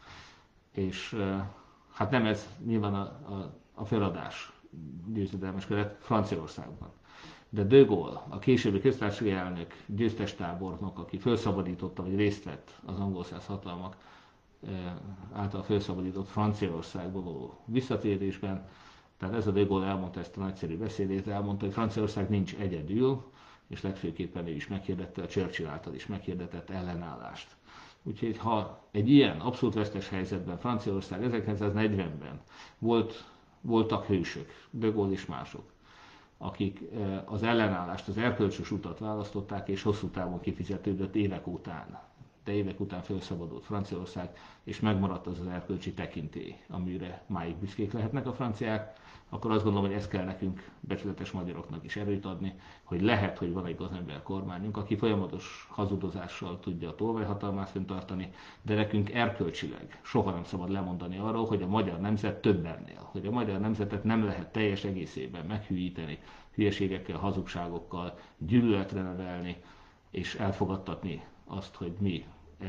És hát nem ez nyilván a feladás győzedelmeskedett Franciaországban. De de Gaulle, a későbbi köztársasági elnök, győztes tábornok, aki felszabadította, vagy részt vett az angol száz hatalmak által felszabadított Franciaországba való visszatérésben, tehát ez a de Gaulle elmondta ezt a nagyszerű beszédét, elmondta, hogy Franciaország nincs egyedül, és legfőképpen ő is meghirdette a Churchill által is meghirdetett ellenállást. Úgyhogy ha egy ilyen abszolút vesztes helyzetben Franciaország 1940-ben voltak hősök, de Gaulle és mások, akik az ellenállást, az erkölcsös utat választották, és hosszú távon kifizetődött évek után. De évek után felszabadult Franciaország, és megmaradt az az erkölcsi tekintély, amire máig büszkék lehetnek a franciák, akkor azt gondolom, hogy ezt kell nekünk, becsületes magyaroknak is erőt adni, hogy lehet, hogy van egy gazember kormányunk, aki folyamatos hazudozással tudja a tolvajhatalmát fenntartani, de nekünk erkölcsileg soha nem szabad lemondani arról, hogy a magyar nemzet több ennél, hogy a magyar nemzetet nem lehet teljes egészében meghűíteni, hülyeségekkel, hazugságokkal, gyűlöletre nevelni, és elfogadtatni azt, hogy mi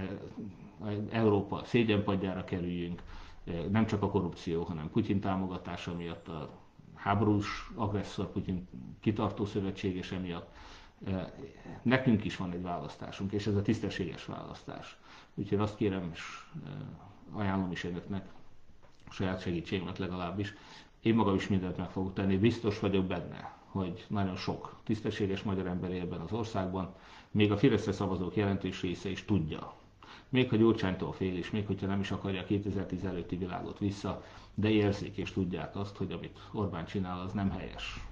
Európa szégyenpadjára kerüljünk, nem csak a korrupció, hanem Putyin támogatása miatt, a háborús agresszor Putyin kitartó szövetségese miatt. Nekünk is van egy választásunk, és ez a tisztességes választás. Úgyhogy azt kérem, és ajánlom is önöknek, a saját segítségemet legalábbis, én magam is mindent meg fogok tenni, biztos vagyok benne, hogy nagyon sok tisztességes magyar ember él ebben az országban, még a Fideszre szavazók jelentős része is tudja. Még ha Gyurcsánytól fél is, még hogyha nem is akarja a 2010 előtti világot vissza, de érzik és tudják azt, hogy amit Orbán csinál, az nem helyes.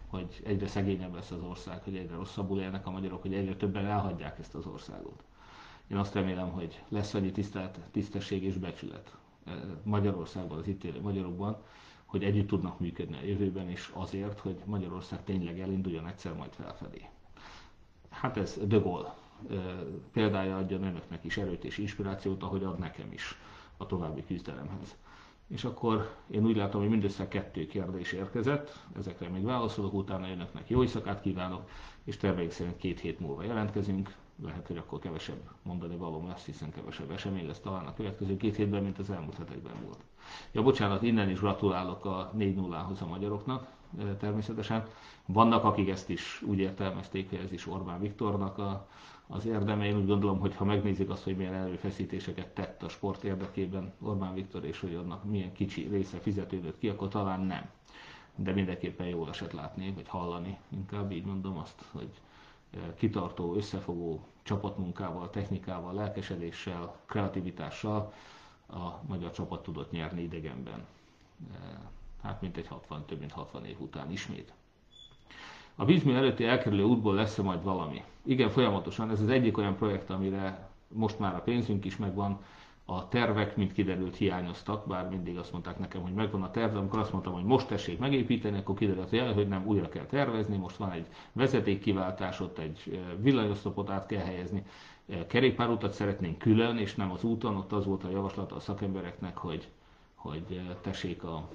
hogy egyre szegényebb lesz az ország, hogy egyre rosszabbul élnek a magyarok, hogy egyre többen elhagyják ezt az országot. Én azt remélem, hogy lesz annyi tisztesség és becsület Magyarországban, az itt élő magyarokban, hogy együtt tudnak működni a jövőben, és azért, hogy Magyarország tényleg elinduljon egyszer majd felfelé. Hát ez De Gaulle példája adjon önöknek is erőt és inspirációt, ahogy ad nekem is a további küzdelemhez. És akkor én úgy látom, hogy mindössze 2 kérdés érkezett, ezekre még válaszolok, utána önöknek jó éjszakát kívánok, és terveink szerint 2 hét múlva jelentkezünk. Lehet, hogy akkor kevesebb mondani valóm lesz, hiszen kevesebb esemény lesz talán a következő 2 hétben, mint az elmúlt hetekben volt. Ja, bocsánat, innen is gratulálok a 4-0-hoz a magyaroknak, természetesen. Vannak, akik ezt is úgy értelmezték, hogy ez is Orbán Viktornak az érdeme. Én úgy gondolom, hogy ha megnézik azt, hogy milyen erőfeszítéseket tett a sport érdekében Orbán Viktor, és hogy annak milyen kicsi része fizetődött ki, akkor talán nem. De mindenképpen jól esett látni, vagy hallani, inkább így mondom azt, hogy kitartó, összefogó csapatmunkával, technikával, lelkesedéssel, kreativitással a magyar csapat tudott nyerni idegenben. Hát mintegy több mint 60 év után ismét. A vízmű előtti elkerülő útból lesz-e majd valami? Igen, folyamatosan. Ez az egyik olyan projekt, amire most már a pénzünk is megvan. A tervek, mint kiderült, hiányoztak, bár mindig azt mondták nekem, hogy megvan a terv, de amikor azt mondtam, hogy most tessék megépíteni, akkor kiderült, hogy nem, újra kell tervezni, most van egy vezetékkiváltás, ott egy villanyoszlopot át kell helyezni, kerékpárutat szeretnénk külön, és nem az úton, ott az volt a javaslata a szakembereknek, hogy tessék a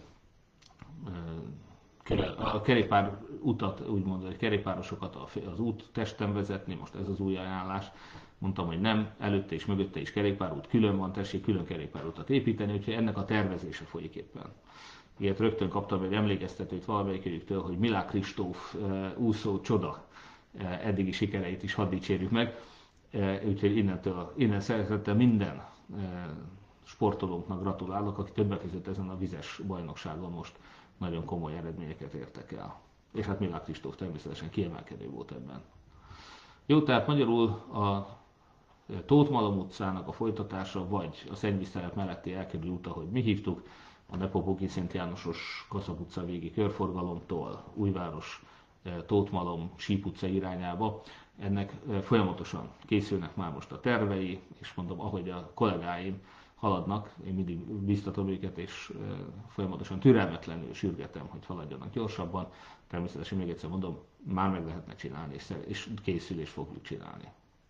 kerékpár utat, úgymond, hogy kerékpárosokat az út testen vezetni, most ez az új ajánlás. Mondtam, hogy nem, előtte és mögötte is kerékpárút külön van, tessék külön kerékpárutat építeni, úgyhogy ennek a tervezése folyik éppen. Ilyet rögtön kaptam egy emlékeztetőt valamelyikőjüktől, hogy Milák Kristóf úszó csoda eddigi sikereit is hadd dicsérjük meg. Úgyhogy innen szeretettel minden sportolónknak gratulálok, aki többek között ezen a vizes bajnokságon most nagyon komoly eredményeket értek el. És hát Milák Kristóf természetesen kiemelkedő volt ebben. Jó, tehát magyarul a Tóth Malom utcának a folytatása, vagy a Szennyvíztelep melletti elkerülő út, ahogy mi hívtuk, a Nepomuki Szent Jánosos Kaszab utca végi körforgalomtól Újváros, Tóth Malom, Síp utca irányába. Ennek folyamatosan készülnek már most a tervei, és mondom, ahogy a kollégáim haladnak, én mindig biztatom őket, és folyamatosan türelmetlenül sürgetem, hogy haladjanak gyorsabban. Természetesen még egyszer mondom, már meg lehetne csinálni, és készül és fogjuk csinálni.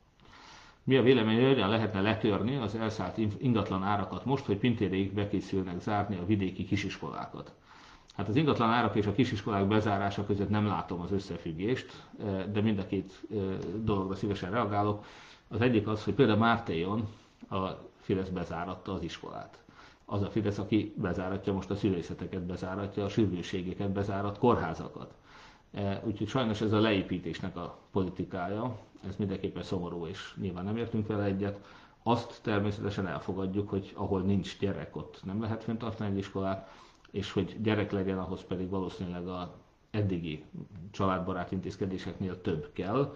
Mi a vélemény, hogy hogyan lehetne letörni az elszállt ingatlan árakat most, hogy pintéréig bekészülnek zárni a vidéki kisiskolákat? Hát az ingatlan árak és a kisiskolák bezárása között nem látom az összefüggést, de mind a 2 dologra szívesen reagálok. Az egyik az, hogy például Mártéjon a Fidesz bezáratta az iskolát. Az a Fidesz, aki bezáratja most a szülészeteket, bezáratja a sürgősségeket, bezárat kórházakat. Úgyhogy sajnos ez a leépítésnek a politikája, ez mindenképpen szomorú, és nyilván nem értünk vele egyet. Azt természetesen elfogadjuk, hogy ahol nincs gyerek, ott nem lehet fenntartani egy iskolát, és hogy gyerek legyen, ahhoz pedig valószínűleg az eddigi családbarát intézkedéseknél több kell.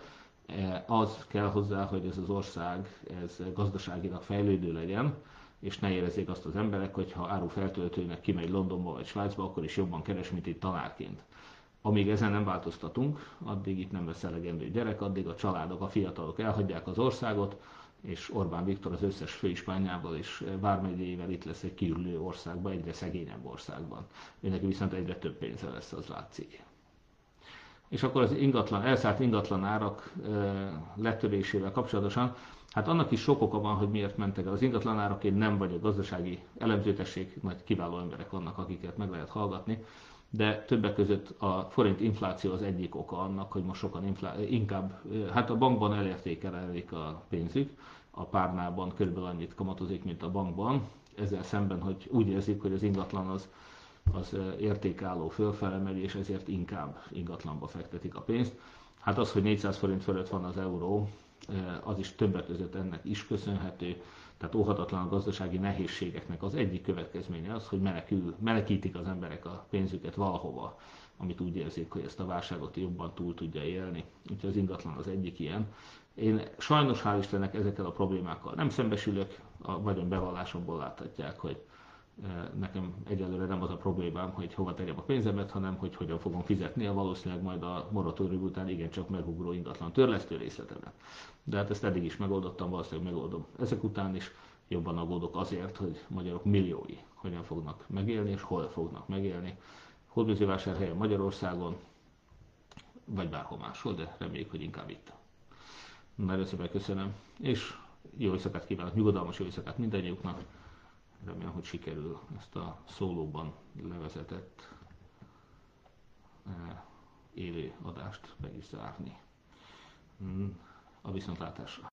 Az kell hozzá, hogy ez az ország ez gazdaságilag fejlődő legyen, és ne érezzék azt az emberek, hogy ha árufeltöltőnek kimegy Londonba vagy Svájcba, akkor is jobban keres, mint itt tanárként. Amíg ezen nem változtatunk, addig itt nem lesz elegendő gyerek, addig a családok, a fiatalok elhagyják az országot, és Orbán Viktor az összes főispánjával és vármegyével itt lesz egy kiürülő országban, egyre szegényebb országban. Őneki viszont egyre több pénze lesz, az látszik. És akkor az elszállt ingatlan árak letörésével kapcsolatosan, hát annak is sok oka van, hogy miért mentek el az ingatlan árak, én nem vagyok gazdasági elemzőtesség, nagy kiváló emberek vannak, akiket meg lehet hallgatni, de többek között a forint infláció az egyik oka annak, hogy most sokan inkább, hát a bankban elértékelik a pénzük, a párnában körülbelül annyit kamatozik, mint a bankban, ezzel szemben, hogy úgy érzik, hogy az ingatlan az értékálló fölfele megy, és ezért inkább ingatlanba fektetik a pénzt. Hát az, hogy 400 forint fölött van az euró, az is többek között ennek is köszönhető, tehát óhatatlan a gazdasági nehézségeknek az egyik következménye az, hogy menekítik az emberek a pénzüket valahova, amit úgy érzik, hogy ezt a válságot jobban túl tudja élni. Úgyhogy az ingatlan az egyik ilyen. Én sajnos hál' Istennek ezekkel a problémákkal nem szembesülök, a vagyon bevallásomból láthatják, hogy nekem egyelőre nem az a problémám, hogy hova tegyem a pénzemet, hanem hogy hogyan fogom fizetni a valószínűleg majd a moratórium után igencsak megugró ingatlan törlesztő részletemet. De hát ezt eddig is megoldottam, valószínűleg megoldom ezek után is. Jobban aggódok azért, hogy magyarok milliói hogyan fognak megélni, és hol fognak megélni. Hódmezővásárhelyen, Magyarországon, vagy bárhol máshol, de reméljük, hogy inkább itt. Nagyon szépen köszönöm, és jó éjszakát kívánok, nyugodalmas jó éjszakát mindannyiuknak. Remélem, hogy sikerül ezt a szólóban levezetett élő adást be is zárni. A viszontlátásra!